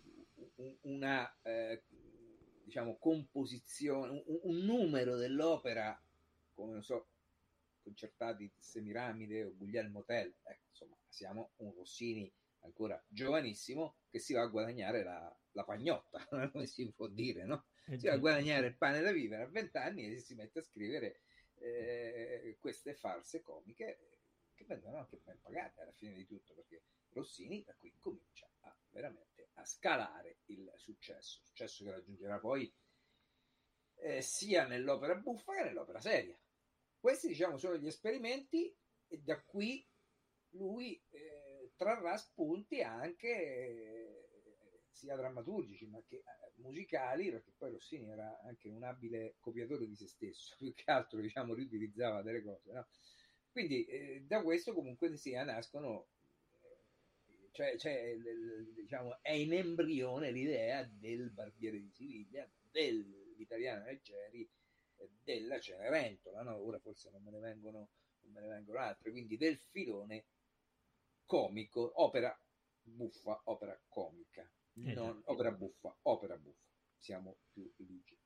D: una eh, diciamo composizione, un, un numero dell'opera, come non so, concertati di Semiramide o Guglielmo Tell. Ecco, insomma, siamo un Rossini ancora giovanissimo che si va a guadagnare la, la pagnotta, come si può dire, no? Si va a guadagnare il pane da vivere a vent'anni e si mette a scrivere Eh, queste farse comiche che vengono anche ben pagate alla fine di tutto, perché Rossini da qui comincia a veramente a scalare il successo, successo che raggiungerà poi eh, sia nell'opera buffa che nell'opera seria. Questi, diciamo, sono gli esperimenti, e da qui lui eh, trarrà spunti anche eh, sia drammaturgici ma che eh, musicali, perché poi Rossini era anche un abile copiatore di se stesso, più che altro, diciamo, riutilizzava delle cose, no? Quindi eh, da questo comunque sia nascono, eh, cioè, cioè diciamo, è in embrione l'idea del Barbiere di Siviglia, dell'Italiano Leggeri, eh, della Cenerentola, no? Ora forse non me ne vengono non me ne vengono altre, quindi del filone comico, opera buffa, opera comica. Non, opera buffa, opera buffa, siamo più ligi.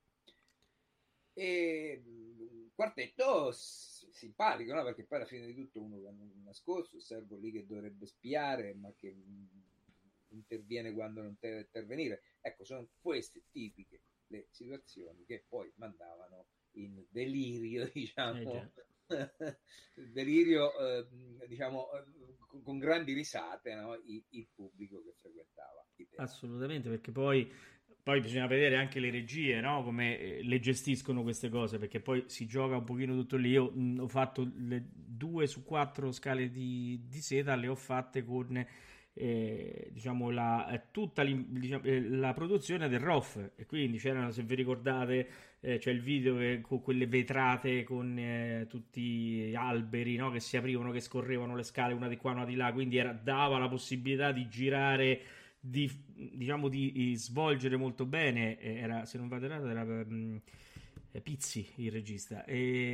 D: E quartetto s- simpatico, no? Perché poi alla fine di tutto uno che non nascosto, servo lì che dovrebbe spiare, ma che mh, interviene quando non deve intervenire. Ecco, sono queste tipiche le situazioni che poi mandavano in delirio, diciamo, eh delirio, eh, diciamo, con, con grandi risate, no? il, il pubblico che frequentava.
C: Assolutamente, perché poi, poi bisogna vedere anche le regie, no? Come eh, le gestiscono queste cose, perché poi si gioca un pochino tutto lì. Io mh, ho fatto le due su quattro scale di, di seta, le ho fatte con eh, diciamo la, eh, tutta diciamo, eh, la produzione del R O F, e quindi c'erano, se vi ricordate, eh, c'è il video che, con quelle vetrate con eh, tutti gli alberi, no? Che si aprivano, che scorrevano le scale una di qua, una di là, quindi era, dava la possibilità di girare, di, diciamo, di, di svolgere molto bene. Era, se non vado errato, era um, Pizzi il regista,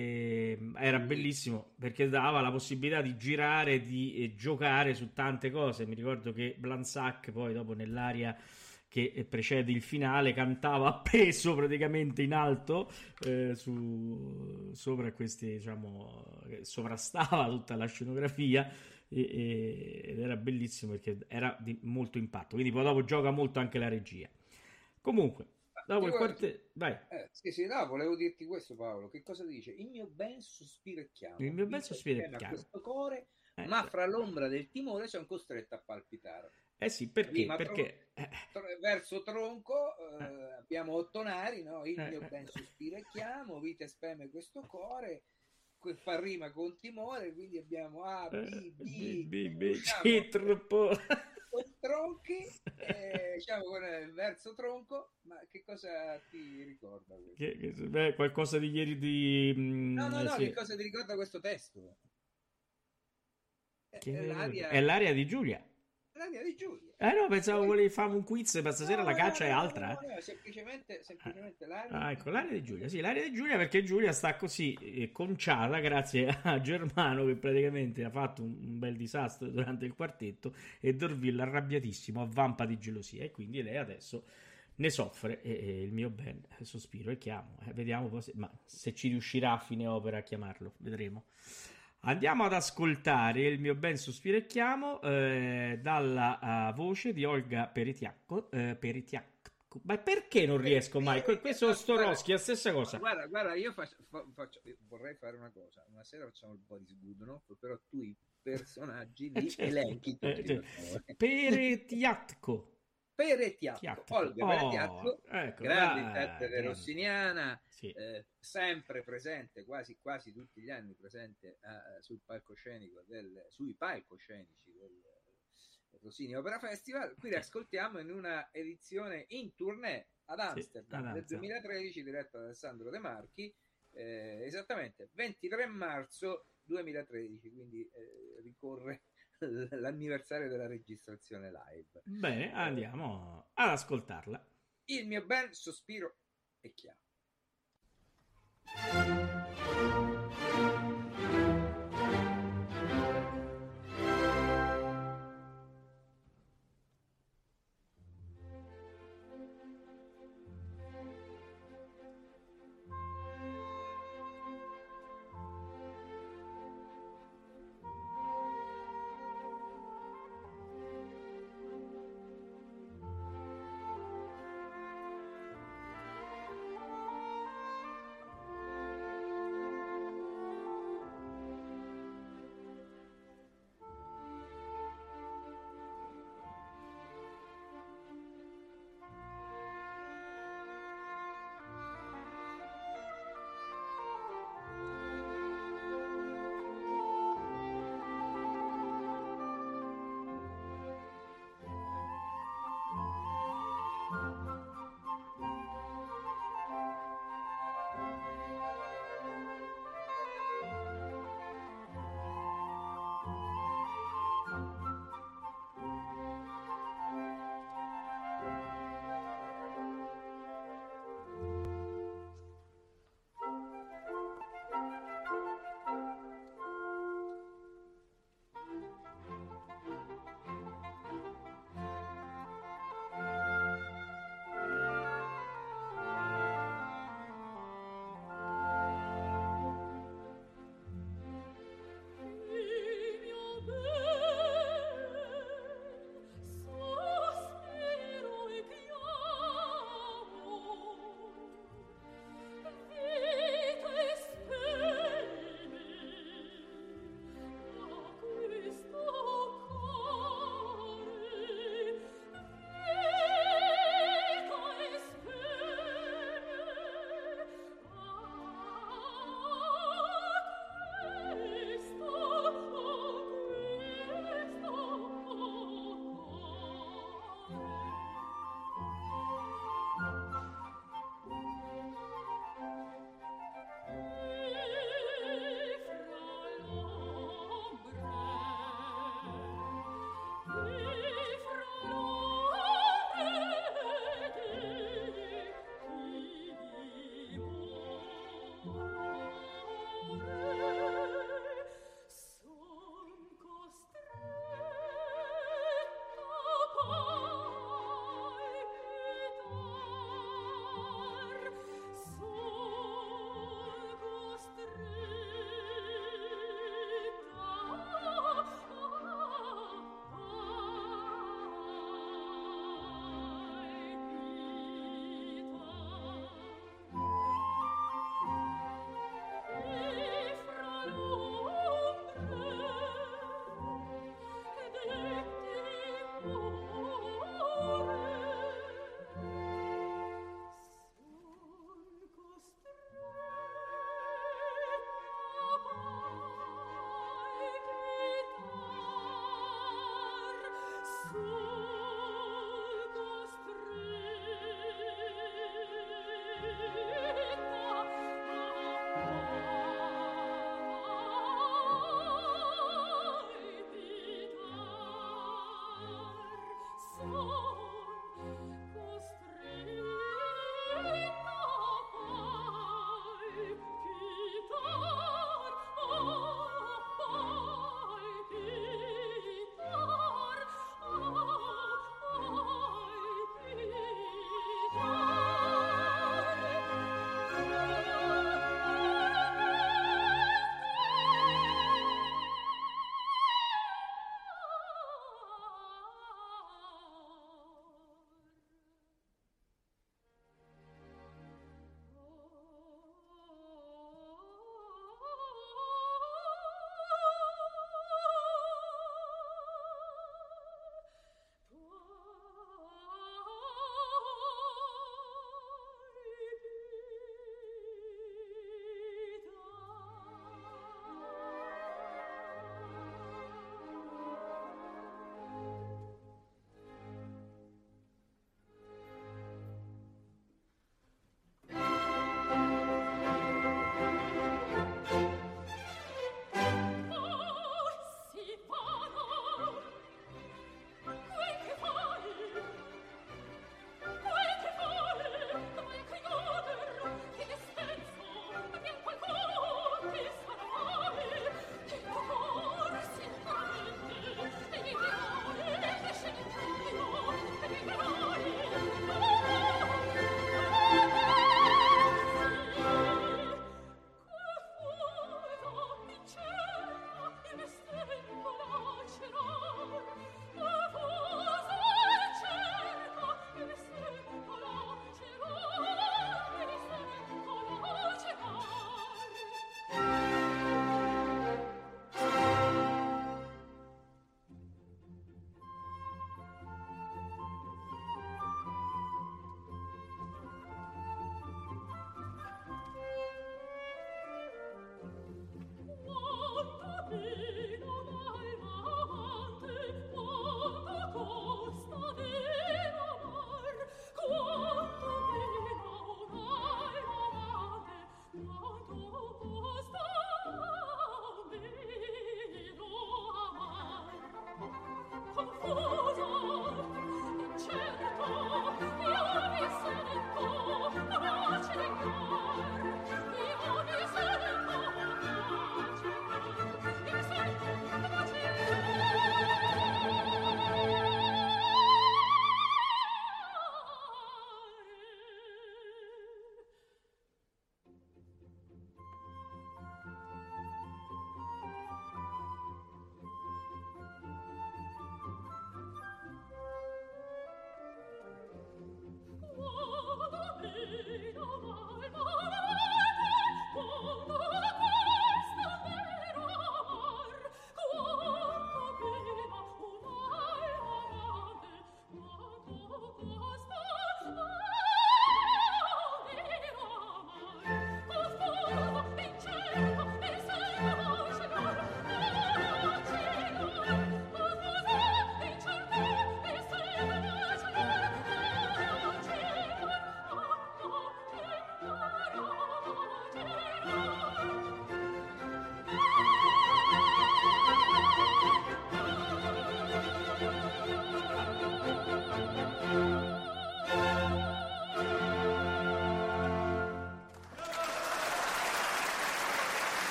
C: e era bellissimo perché dava la possibilità di girare, di eh, giocare su tante cose. Mi ricordo che Blansac poi dopo nell'aria che precede il finale cantava appeso praticamente in alto eh, su, sopra questi, diciamo, sovrastava tutta la scenografia. E, e, ed era bellissimo perché era di molto impatto, quindi poi dopo gioca molto anche la regia. Comunque dopo il quartetto, vai.
D: Eh, sì, sì, no, volevo dirti questo, Paolo. Che cosa dice? Il mio ben sospiro e chiamo,
C: il mio ben sospiro e chiamo,
D: questo cuore,
C: eh,
D: ma fra l'ombra del timore sono costretto a palpitare.
C: Eh sì, perché?
D: Prima
C: perché
D: tro- tro- verso tronco eh,
C: eh.
D: abbiamo otto nari, no? Il
C: Eh.
D: mio ben sospiro e chiamo, vita speme questo cuore, que- fa rima con timore, quindi abbiamo A, B, B,
C: B, B,
D: diciamo,
C: C, troppo.
D: con tronchi, eh, diciamo con il verso tronco. Ma che cosa ti ricorda questo?
C: Che, che, beh, qualcosa di ieri di...
D: No, no, no,
C: sì.
D: che cosa ti ricorda questo testo?
C: Che...
D: È l'aria...
C: è l'aria di Giulia.
D: L'aria di Giulia.
C: Eh no, pensavo volevi fare un quiz, ma stasera
D: no,
C: la caccia
D: no,
C: è
D: no,
C: altra.
D: No, no, semplicemente, semplicemente l'aria.
C: Ah, ecco, l'aria di Giulia. Sì, l'aria di Giulia, perché Giulia sta così eh, conciata grazie a Germano, che praticamente ha fatto un, un bel disastro durante il quartetto, e Dorville arrabbiatissimo avvampa di gelosia, e quindi lei adesso ne soffre, e, e il mio ben sospiro e chiamo. Eh, vediamo poi se, ma se ci riuscirà a fine opera a chiamarlo, vedremo. Andiamo ad ascoltare il mio ben sospiro e chiamo eh, dalla uh, voce di Olga Peritiacco, eh, Peritiacco, Ma perché non riesco mai? Que- Questo Storoschi è la stessa cosa.
D: Guarda, guarda, io faccio, fa- faccio- vorrei fare una cosa. Una sera facciamo il Boris Godunov, però tu i personaggi li
C: Certo.
D: elenchi tutti.
C: Eh,
D: per favore.
C: Peretiatco.
D: Peretiatco,
C: Tiatco.
D: Olga
C: Oh,
D: Peretiatco,
C: ecco,
D: grande
C: ah,
D: interprete
C: grande.
D: rossiniana,
C: Sì.
D: eh, sempre presente, quasi, quasi tutti gli anni presente eh, sul palcoscenico del, sui palcoscenici del Rossini Opera Festival. Qui li ascoltiamo in una edizione in tournée ad Amsterdam,
C: ad
D: nel
C: Amsterdam.
D: duemilatredici, diretta da Alessandro De Marchi, eh, esattamente ventitré marzo duemilatredici, quindi eh, ricorre l'anniversario della registrazione live.
C: Bene, andiamo ad ascoltarla.
D: Il mio ben sospiro è chiaro.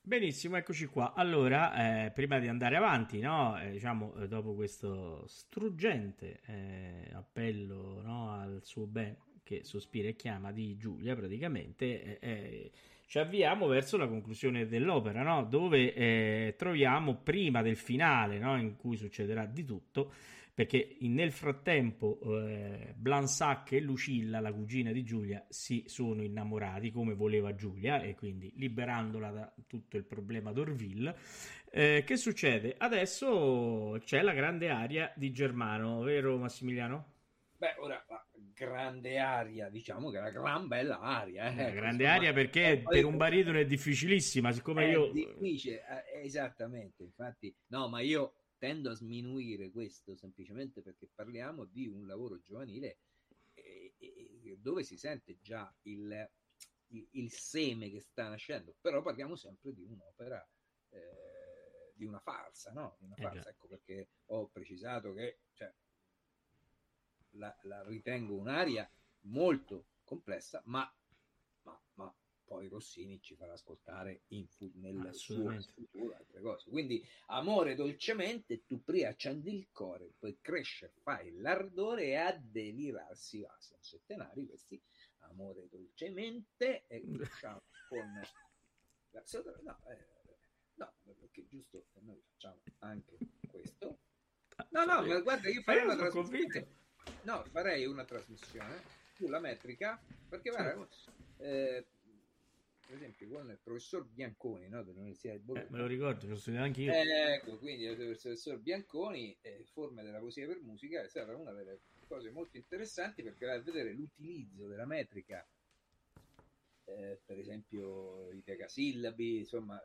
C: Benissimo, eccoci qua. Allora, eh, prima di andare avanti, no, eh, diciamo, eh, dopo questo struggente eh, appello, no, al suo ben che sospira e chiama di Giulia, praticamente, eh, eh, ci avviamo verso la conclusione dell'opera, no, dove eh, troviamo prima del finale, no, in cui succederà di tutto, perché nel frattempo eh, Blansac e Lucilla, la cugina di Giulia, si sono innamorati come voleva Giulia, e quindi liberandola da tutto il problema d'Orville. Eh, che succede? Adesso c'è la grande aria di Germano, vero Massimiliano?
D: Beh, ora la grande aria, diciamo che è una gran bella aria, eh,
C: La
D: ecco,
C: grande
D: insomma,
C: aria
D: eh,
C: perché per
D: poi
C: un baritono è difficilissima, siccome
D: è
C: io...
D: difficile, eh, esattamente, infatti, no, ma io tendo a sminuire questo semplicemente perché parliamo di un lavoro giovanile eh, eh, dove si sente già il, il, il seme che sta nascendo, però parliamo sempre di un'opera, eh, di una farsa, no? Di una
C: Eh già.
D: farsa, ecco perché ho precisato che cioè, la, la ritengo un'aria molto complessa, ma, ma, ma poi Rossini ci farà ascoltare in fu- nel suo
C: Assolutamente.
D: futuro altre cose. Quindi, amore dolcemente, tu prima accendi il cuore, poi cresce, fai l'ardore e a delirarsi va. Sono settenari questi, amore dolcemente, e cominciamo con... No, eh, no, perché giusto che noi facciamo anche questo. No, no, ma guarda, io farei
C: io
D: una
C: sono
D: trasmissione.
C: convinto.
D: No, farei una trasmissione sulla metrica, perché guarda, eh, per esempio con il professor Bianconi, no, dell'Università di
C: Eh,
D: Bologna.
C: me lo ricordo, lo studiavo anche io.
D: Eh, ecco, quindi il professor Bianconi, eh, Forme della poesia per musica, è stata una delle cose molto interessanti perché va a vedere l'utilizzo della metrica, eh, per esempio i decasillabi, insomma.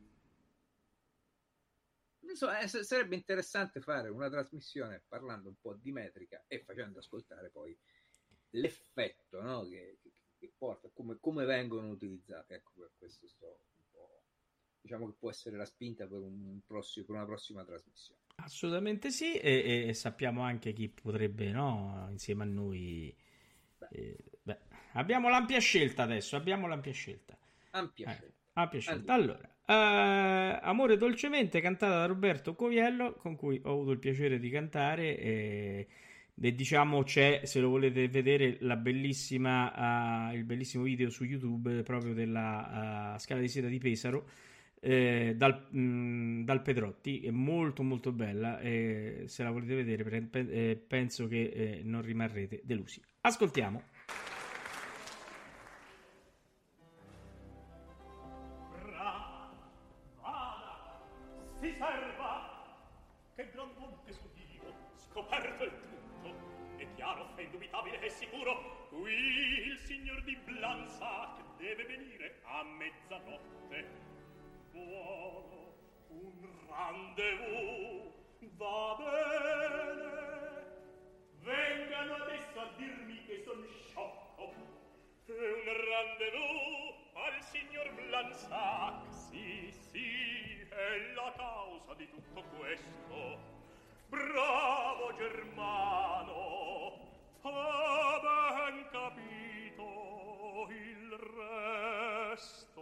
D: Insomma, eh, sarebbe interessante fare una trasmissione parlando un po' di metrica e facendo ascoltare poi l'effetto, no, che, che, che porta, come, come vengono utilizzate. Ecco, per questo sto un po', diciamo che può essere la spinta per, un prossimo, per una prossima trasmissione.
C: Assolutamente sì, e, e sappiamo anche chi potrebbe, no, insieme a noi.
D: Beh,
C: eh, beh, abbiamo l'ampia scelta adesso, abbiamo l'ampia scelta.
D: ampia
C: Eh,
D: scelta.
C: ampia scelta.
D: Andiamo.
C: Allora, eh, Amore dolcemente, cantata da Roberto Coviello, con cui ho avuto il piacere di cantare. E, e diciamo c'è, se lo volete vedere, la bellissima, eh, il bellissimo video su YouTube proprio della eh, Scala di Seta di Pesaro. Eh, dal, mh, dal Pedrotti, è molto molto bella, e se la volete vedere pre- pe- eh, penso che eh, non rimarrete delusi. Ascoltiamo.
E: Bra, vada, si serva, che gran monte sudivo, scoperto il tutto, è chiaro, è indubitabile e sicuro, qui il signor di Blansac deve venire a mezzanotte. Buono, un rendezvous, va bene, vengano adesso a dirmi che son sciocco. È un rendezvous al signor Blansac, sì, sì, è la causa di tutto questo. Bravo Germano, ha ben capito il resto.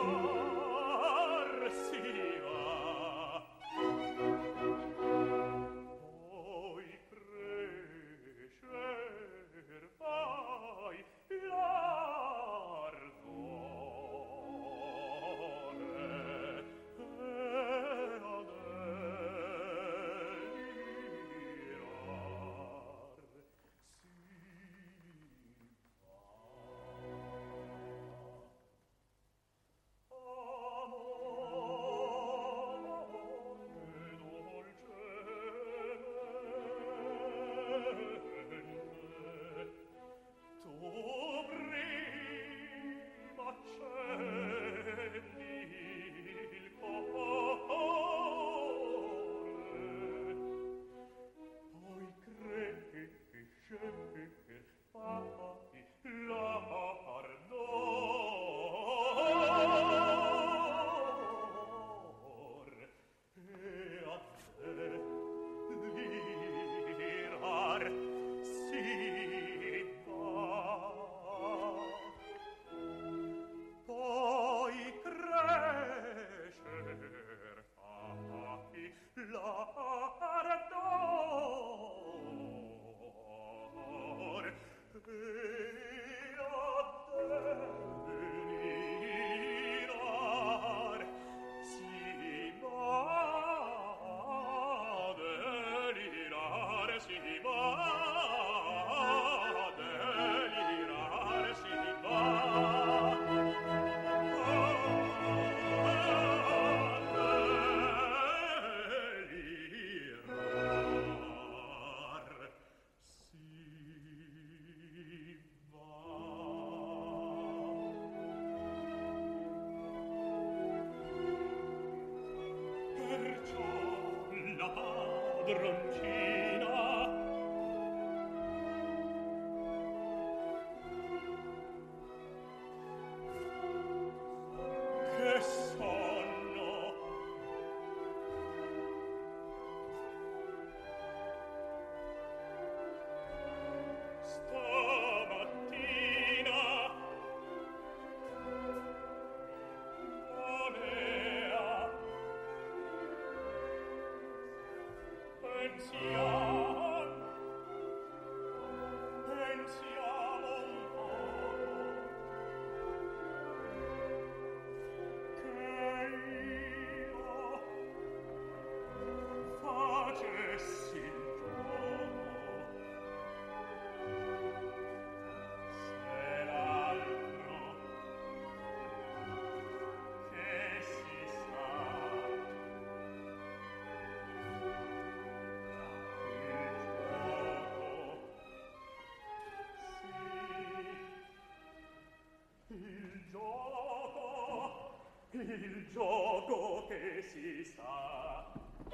E: Il gioco che si sta.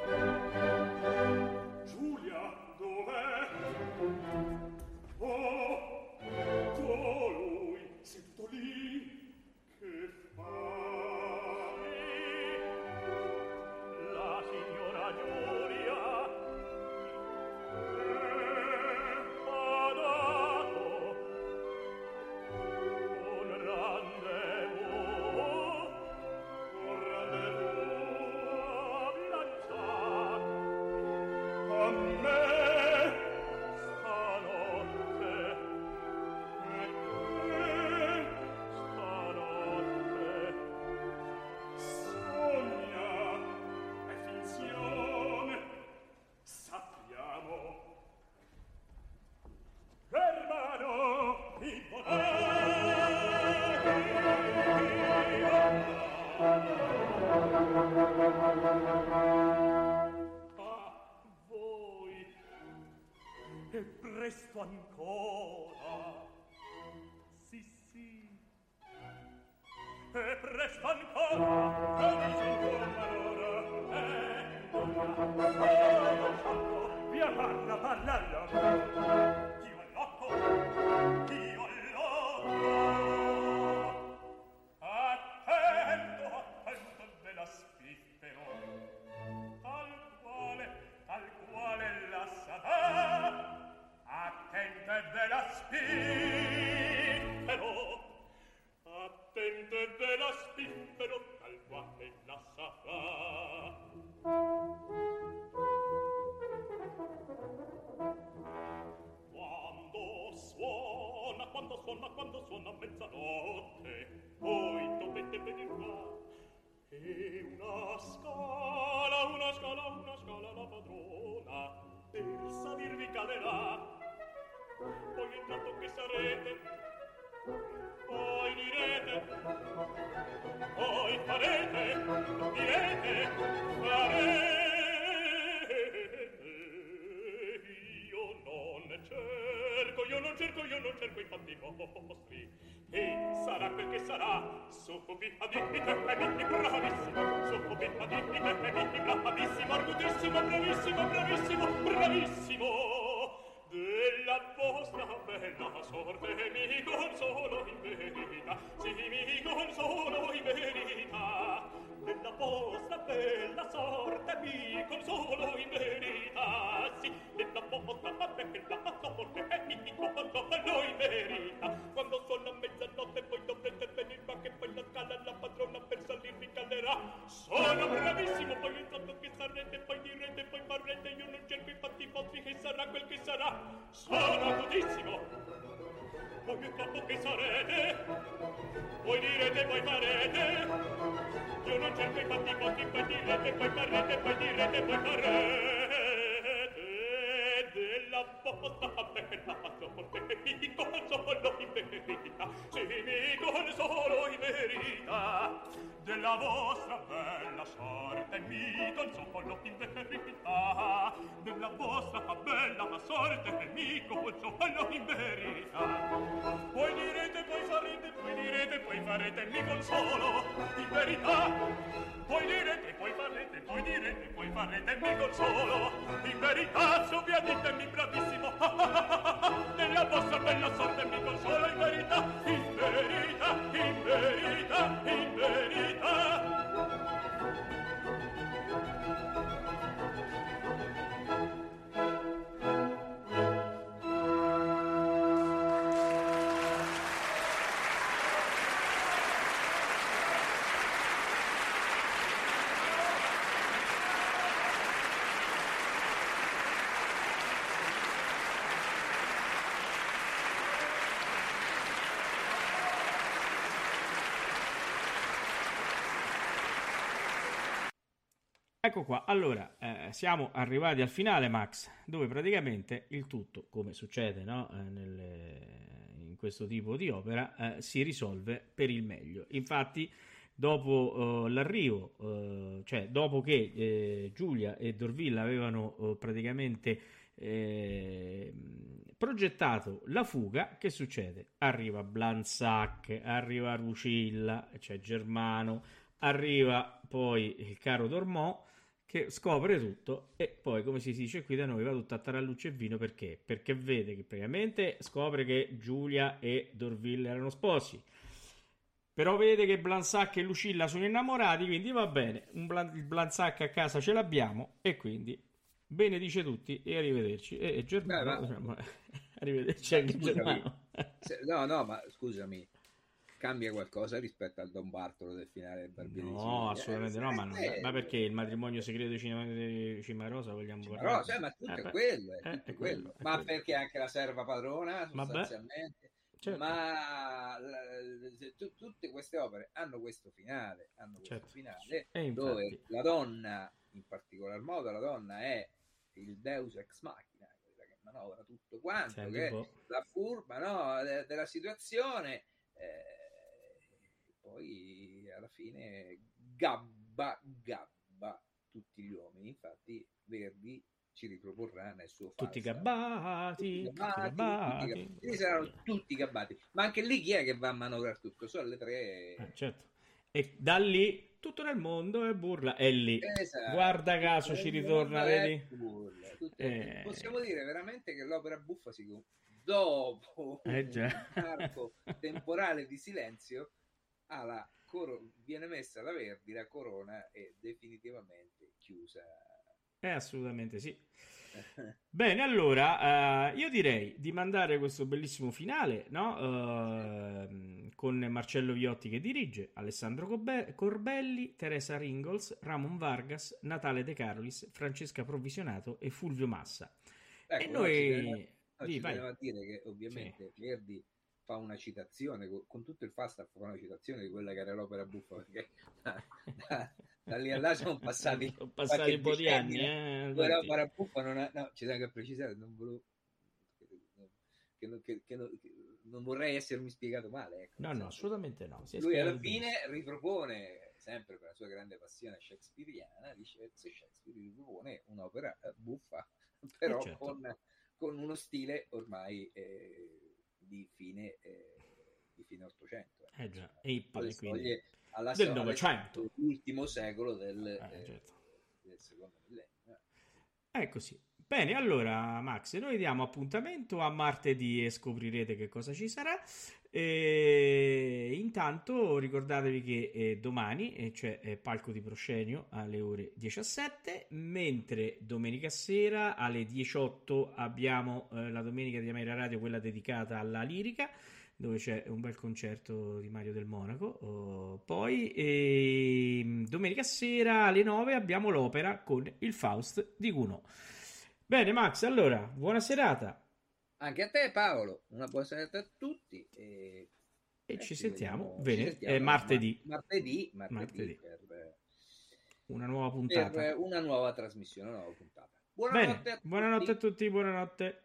E: Giulia, dov'è? Oh, colui seduto lì. Che fai? La signora Giulia ha dato un rendezvous. A me stanotte, e te stanotte, sogna e finzione, sappiamo. Hermano, il e presto ancora, sì sì, e presto ancora, che dici ancora l'ora, eh, donna, via parla, parla, Dio all'occo, Dio all'occo, attento, attento della spiffero, tal quale, tal quale la sarà. Attente della spiffero, attente della spiffero, quando suona, quando suona mezzanotte, voi dovete venir qua. E una scala, una scala, una scala la padrona, per salirvi calerà. Poi intanto che sarete, poi direte, poi farete, direte, farete. Io non cerco, io non cerco, io non cerco i fatti vostri. E sarà quel che sarà, subito adibite e vitti bravissimo, subito adibite e vitti bravissimo, argutissimo, bravissimo, bravissimo, bravissimo. Della vostra bella sorte mi consolo in verità, sì mi consolo in verità. Della vostra bella sorte mi consolo in verità, sì della vostra bella sorte mi consolo in verità. Quando suona mezzanotte voi dovrete venir qua, che poi la scala la padrona per salirvi calerà. Sono bravissimo, poi intanto che sarete, poi direte, poi farete, io non cerco i fatti vostri, che sarà quel che sarà. Sono agudissimo, poi intanto che sarete, voi direte, voi farete, io non cerco i fatti vostri, poi direte, poi farete, poi direte, poi farete. Della vostra bella sorte mi consolo in verità, sì mi consolo in verità. Della vostra bella sorte mi consolo in verità, della vostra bella sorte mi consolo in verità. Voi direte, poi farete, poi direte, poi farete, mi consolo in verità. Voi direte, poi farete, poi direte, poi farete, mi consolo in verità. Soppiatemi bravissimo, della vostra bella sorte mi consolo in verità, in verità, in verità, in verità.
C: Ecco qua, allora eh, siamo arrivati al finale, Max, dove praticamente il tutto, come succede, no? eh, nelle, in questo tipo di opera, eh, si risolve per il meglio. Infatti, dopo eh, l'arrivo, eh, cioè dopo che eh, Giulia e Dorville avevano eh, praticamente eh, progettato la fuga, che succede? Arriva Blansac, arriva Lucilla, c'è Germano, arriva poi il caro Dormont, che scopre tutto e poi, come si dice qui da noi, va tutto a tarallucce e vino. Perché? Perché vede che praticamente scopre che Giulia e Dorville erano sposi, però vede che Blansac e Lucilla sono innamorati, quindi va bene, un Blan- il Blansac a casa ce l'abbiamo e quindi benedice tutti e arrivederci. E, e Germano,
D: Beh, ma...
C: arrivederci anche
D: scusami,
C: Germano.
D: se, no no ma scusami, cambia qualcosa rispetto al Don Bartolo del finale del Barbiere di Siviglia?
C: No, assolutamente
D: eh,
C: no, ma, non,
D: eh,
C: ma perché il matrimonio segreto di Cima, di Cimarosa vogliamo
D: Cima
C: parlare?
D: Rosa, eh, ma tutto
C: Eh,
D: è
C: beh,
D: quello, è
C: eh,
D: tutto
C: è
D: quello.
C: quello, è
D: Ma
C: quello.
D: perché anche la serva padrona
C: Vabbè,
D: sostanzialmente,
C: certo.
D: ma la- tu- tutte queste opere hanno questo finale, hanno questo
C: Certo.
D: finale
C: E infatti,
D: dove la donna, in particolar modo la donna è il deus ex machina, quella che manovra tutto quanto,
C: senti
D: che
C: un
D: è
C: po'.
D: la furba, no, de- della situazione. eh, Poi alla fine gabba, gabba tutti gli uomini. Infatti Verdi ci riproporrà nel suo
C: Tutti
D: Falstaff.
C: gabbati,
D: Tutti
C: tutti
D: gabbati, tutti
C: gabbati.
D: gabbati. Quindi saranno tutti gabbati. Ma anche lì chi è che va a manovrare tutto? Sono le tre.
C: Eh, certo. E da lì tutto nel mondo è burla. E lì,
D: Esatto.
C: guarda caso,
D: Tutto
C: ci
D: il
C: ritorna,
D: mondo è
C: vedi?
D: burla. Tutto-
C: Eh.
D: Possiamo dire veramente che l'opera buffa si com- dopo
C: Eh, già.
D: un arco temporale di silenzio alla coro- viene messa la Verdi, la corona è definitivamente chiusa.
C: Eh, assolutamente sì. Bene, allora eh, io direi di mandare questo bellissimo finale, no? Eh, con Marcello Viotti che dirige, Alessandro Cobe- Corbelli, Teresa Ringols, Ramon Vargas, Natale De Carolis, Francesca Provvisionato e Fulvio Massa.
D: Ecco,
C: E
D: noi ci
C: noi...
D: tenevo, no,
C: Dì,
D: ci
C: vai.
D: tenevo a dire che ovviamente Verdi fa una citazione, con, con tutto il Falstaff fa una citazione di quella che era l'opera buffa, perché da, da, da lì a là sono passati,
C: sono passati un po' di anni, eh,
D: l'opera buffa non ha, no, ci tengo a precisare, non volevo, che, non, che, che, non, che non vorrei essermi spiegato male, ecco,
C: no no assolutamente no. Si
D: lui alla fine benissimo. Ripropone, sempre per la sua grande passione shakespeariana, dice Shakespeare ripropone un'opera buffa, però eh certo. con, con uno stile ormai eh, di fine eh, di fine Ottocento,
C: eh, eh già, e
D: alle
C: quindi
D: alla
C: del Novecento,
D: l'ultimo secolo del,
C: eh,
D: eh,
C: certo.
D: del secondo millennio.
C: È così. Bene, allora Max, noi diamo appuntamento a martedì e scoprirete che cosa ci sarà. E intanto ricordatevi che eh, domani eh, c'è eh, Palco di Proscenio alle ore diciassette, mentre domenica sera alle diciotto abbiamo eh, la domenica di Ameria Radio, quella dedicata alla lirica, dove c'è un bel concerto di Mario del Monaco. Oh, poi eh, domenica sera alle nove abbiamo l'opera con il Faust di Gounod. Bene Max, allora, buona serata.
D: Anche a te Paolo, una buona serata a tutti. E,
C: e
D: eh,
C: ci,
D: ci
C: sentiamo,
D: vediamo,
C: bene,
D: ci sentiamo
C: eh, martedì.
D: Martedì, martedì,
C: martedì.
D: Per,
C: una nuova puntata.
D: Per una nuova trasmissione, una nuova puntata. Buonanotte
C: bene,
D: a tutti.
C: Buonanotte a tutti, buonanotte.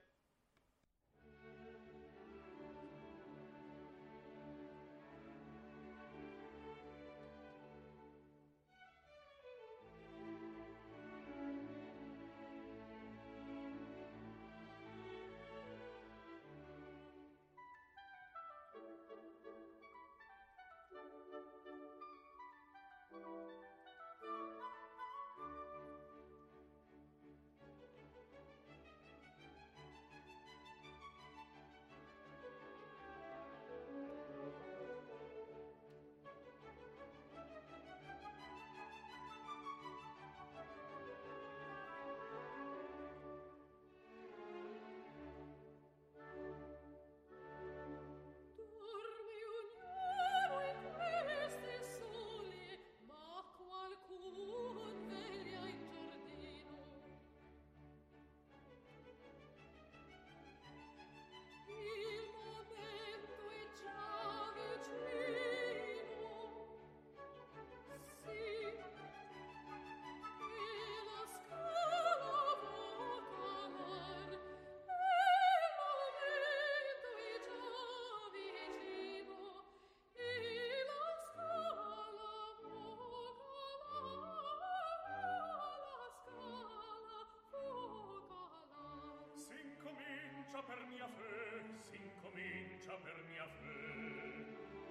E: Per mia fe, s'incomincia per mia fe.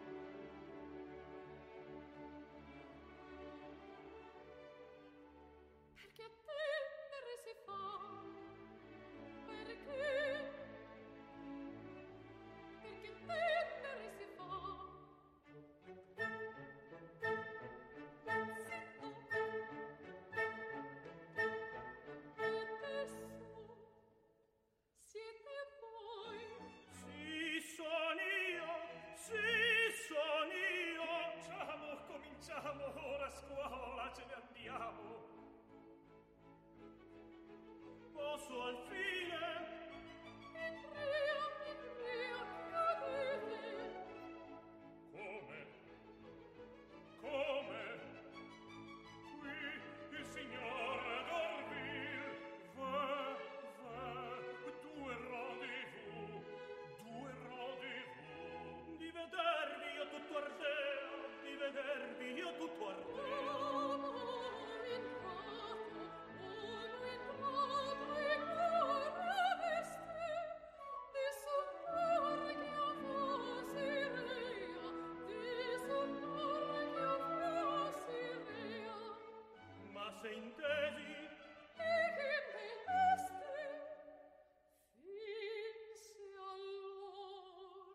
F: Perché attendere si fa? Perché? Perché attendere si fa?
E: Cominciamo ora a scuola, ce ne andiamo. Posso al fine?
F: Enria, enria, cadete.
E: Come? Come? Qui il signore Dorville. Va, va, due rendezvous, due rendezvous. Di vedervi io tutto ardeo, di vedervi io tutto ardeo. Ma se intesi
F: e che intendeste finse allor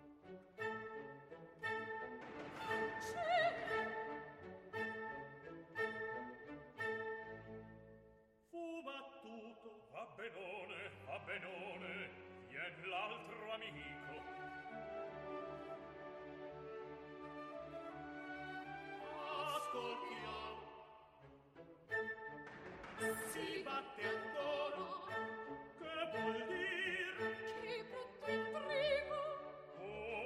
E: fu battuto, va benone, va benone, vien l'altro amico. Ascoltiamo, si batte ancora, che vuol dir?
F: che brutto intrigo
E: Oh,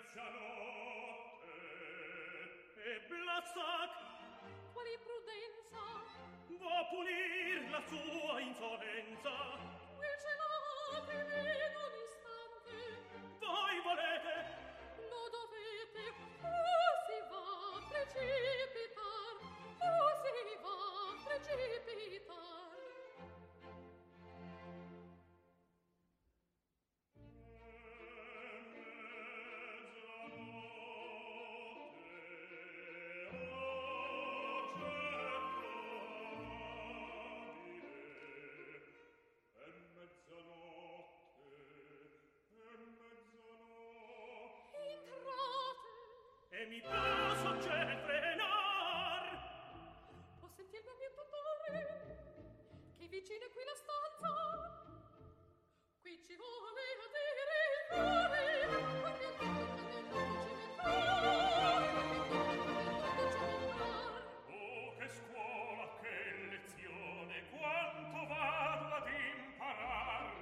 E: mezzanotte e Blazzac
F: Quali prudenza,
E: va a pulir la sua insolenza.
F: quel celate vedo un istante,
E: Voi volete
F: lo dovete, o si va a precipitar, o si va a precipitar.
E: E mi posso già frenar.
F: Ho sentito il mio tutore, che vicino è qui la stanza. Qui ci vuole a dire il cuore, con il tempo
E: Oh, che scuola, che lezione, quanto vado ad imparar.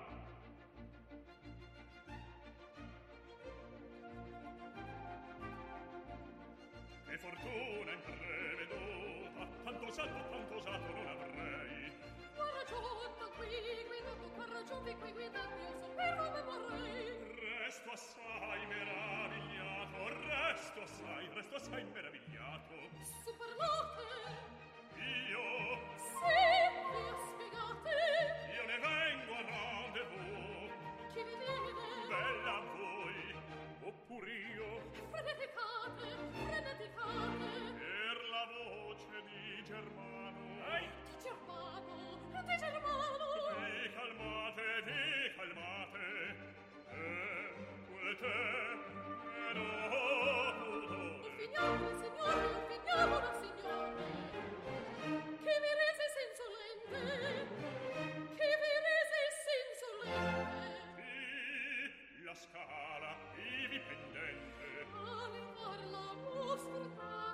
E: Che fortuna impreveduta, tanto usato, tanto usato non avrei.
F: Qua ragion, qui guidando, qua ragion, qui guidando, io so per come vorrei.
E: Resto assai meravigliato, resto assai, resto assai meravigliato.
F: Su parlate,
E: Io,
F: sì, vi ho spiegate,
E: io ne vengo a rendezvous,
F: chi vi vede,
E: bella a voi, oppur io,
F: freneticate, freneticate.
E: per la voce di Germano.
F: Ehi, di Germano, di Germano.
E: Vi calmate, vi calmate, e quel te no pudore.
F: Finiamolo, signore, finiamolo, signore. Che vi rese insolente, che vi rese insolente.
E: Sì, la scala, ivi pendente,
F: A levar la vostra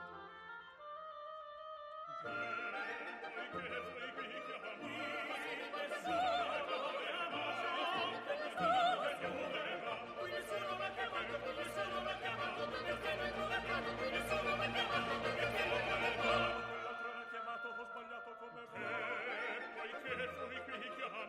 E: e poi che voi qui chiamate, quell'altro l'ha chiamato, ho sbagliato come me. E poi che voi qui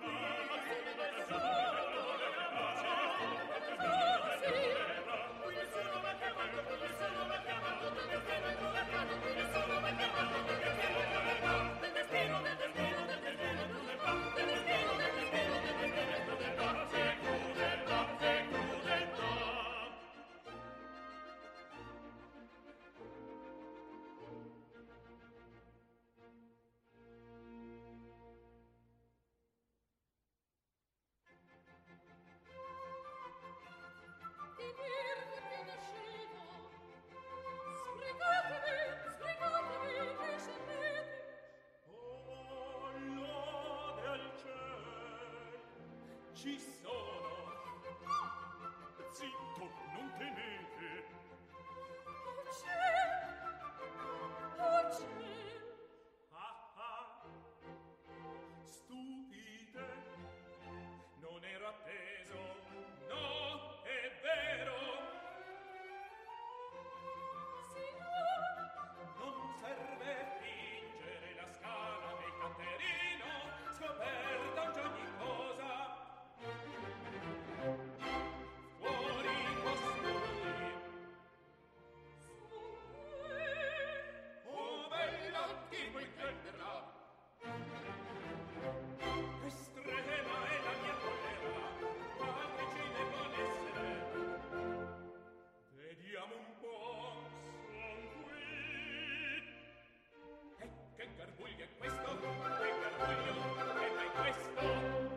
E: ci sono. Zitto, non temete.
F: Oh ciel, oh ciel.
E: Ah ah, stupite, non ero atteso, no, è vero.
F: Signor,
E: Non serve fingere la scala del Caterino, scoperta già ogni cosa. Fuori costui, oh bella, chi può intenderla? Estrema è la mia colera, patricide vuol essere. Vediamo un po', son qui. E che garbuglio è questo? Che garbuglio è mai questo?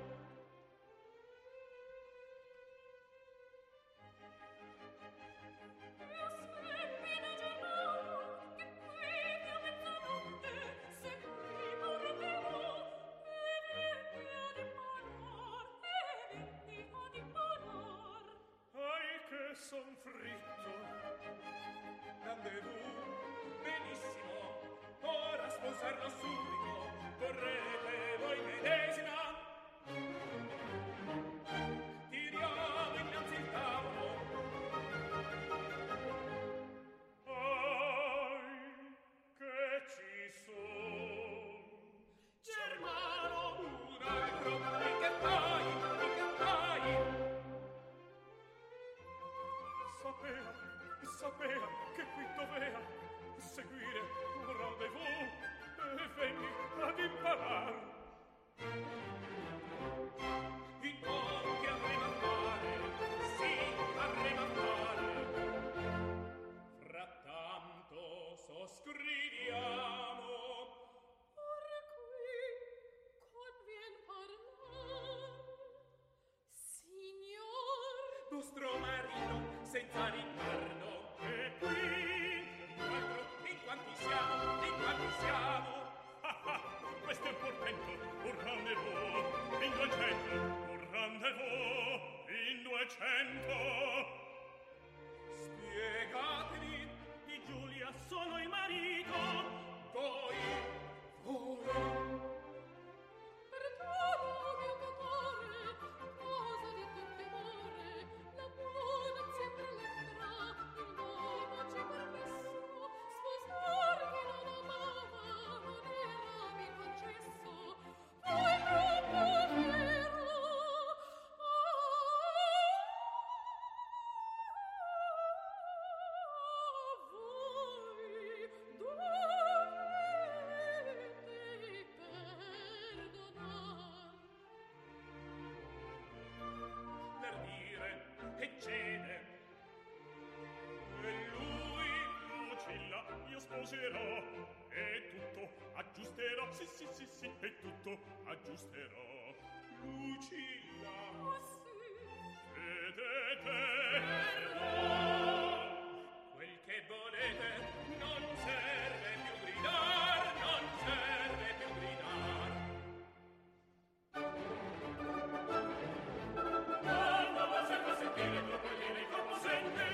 E: Son fritto, rendezvous, benissimo, ora sposarlo subito, correte voi medesima. Tiriamo innanzi il tavolo, sapeva, sapeva che qui dovea seguire un rendezvous e venni ad imparar. I conti a remandare, sì, a remandare. Frattanto soscriviamo.
F: Ora qui convien parlar, signor
E: Nostro marito senza ritardo. E qui, quattro, in quanti siamo, in quanti siamo? Ah ah, questo è un portento, un rendezvous, in duecento, un rendezvous, in duecento. Spiegatemi, di Giulia sono il marito, voi, voi.
F: perdono, mio dottore, cosa di tutti amore, la buona sempre elettra, il nomo ci permesso, sposar chi non amava, non era mi concesso, poi troppo vero, voi dovete perdonar.
E: Per dire e cede e lui Lucilla io sposerò e tutto aggiusterò, sì sì sì sì, e tutto aggiusterò. Lucilla
F: Oh sì,
E: vedete quel che volete non serve più gridar, non serve più gridar. Quando va sempre a sentire troppo dire il corpo sente,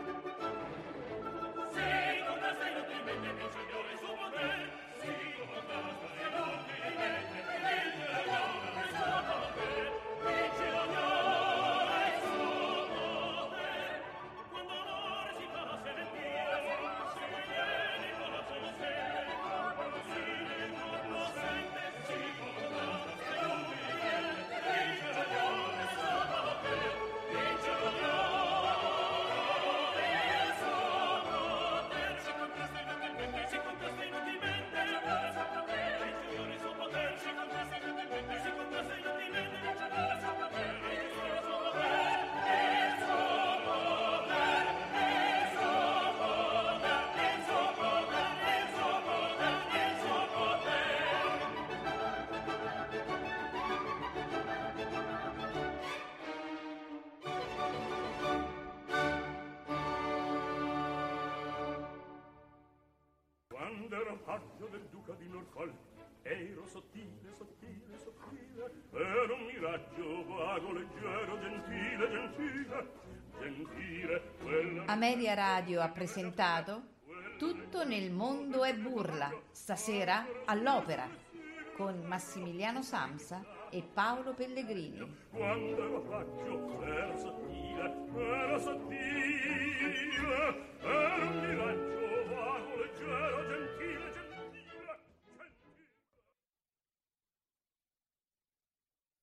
E: si contrasta inutilmente il Signore suo potere, si contrasta inutilmente il Signore suo potere, il Signore suo potere. Quando amore si fa sentire, si viene il corpo sente, si il corpo sente, si contrasta inutilmente il Signore suo potere, il Signore suo potere. Si contrasta inutilmente, si contrasta inutilmente il Signore suo potere, si contrasta inutilmente, si contrasta inutilmente il Signore suo potere, il Signore suo potere, il suo potere, il suo potere, il suo potere, il suo potere, il suo potere.
A: Quando ero paggio del duca di Norfolk, ero sottile, sottile, sottile, ero un miraggio vago, leggero, gentile, gentile, gentile, quella...
B: Ameria Radio ha presentato Tutto nel mondo è burla, stasera all'opera, con Massimiliano Samsa e Paolo Pellegrini.
A: Quando ero paggio, ero sottile, ero sottile, ero un miraggio vago, leggero, gentile,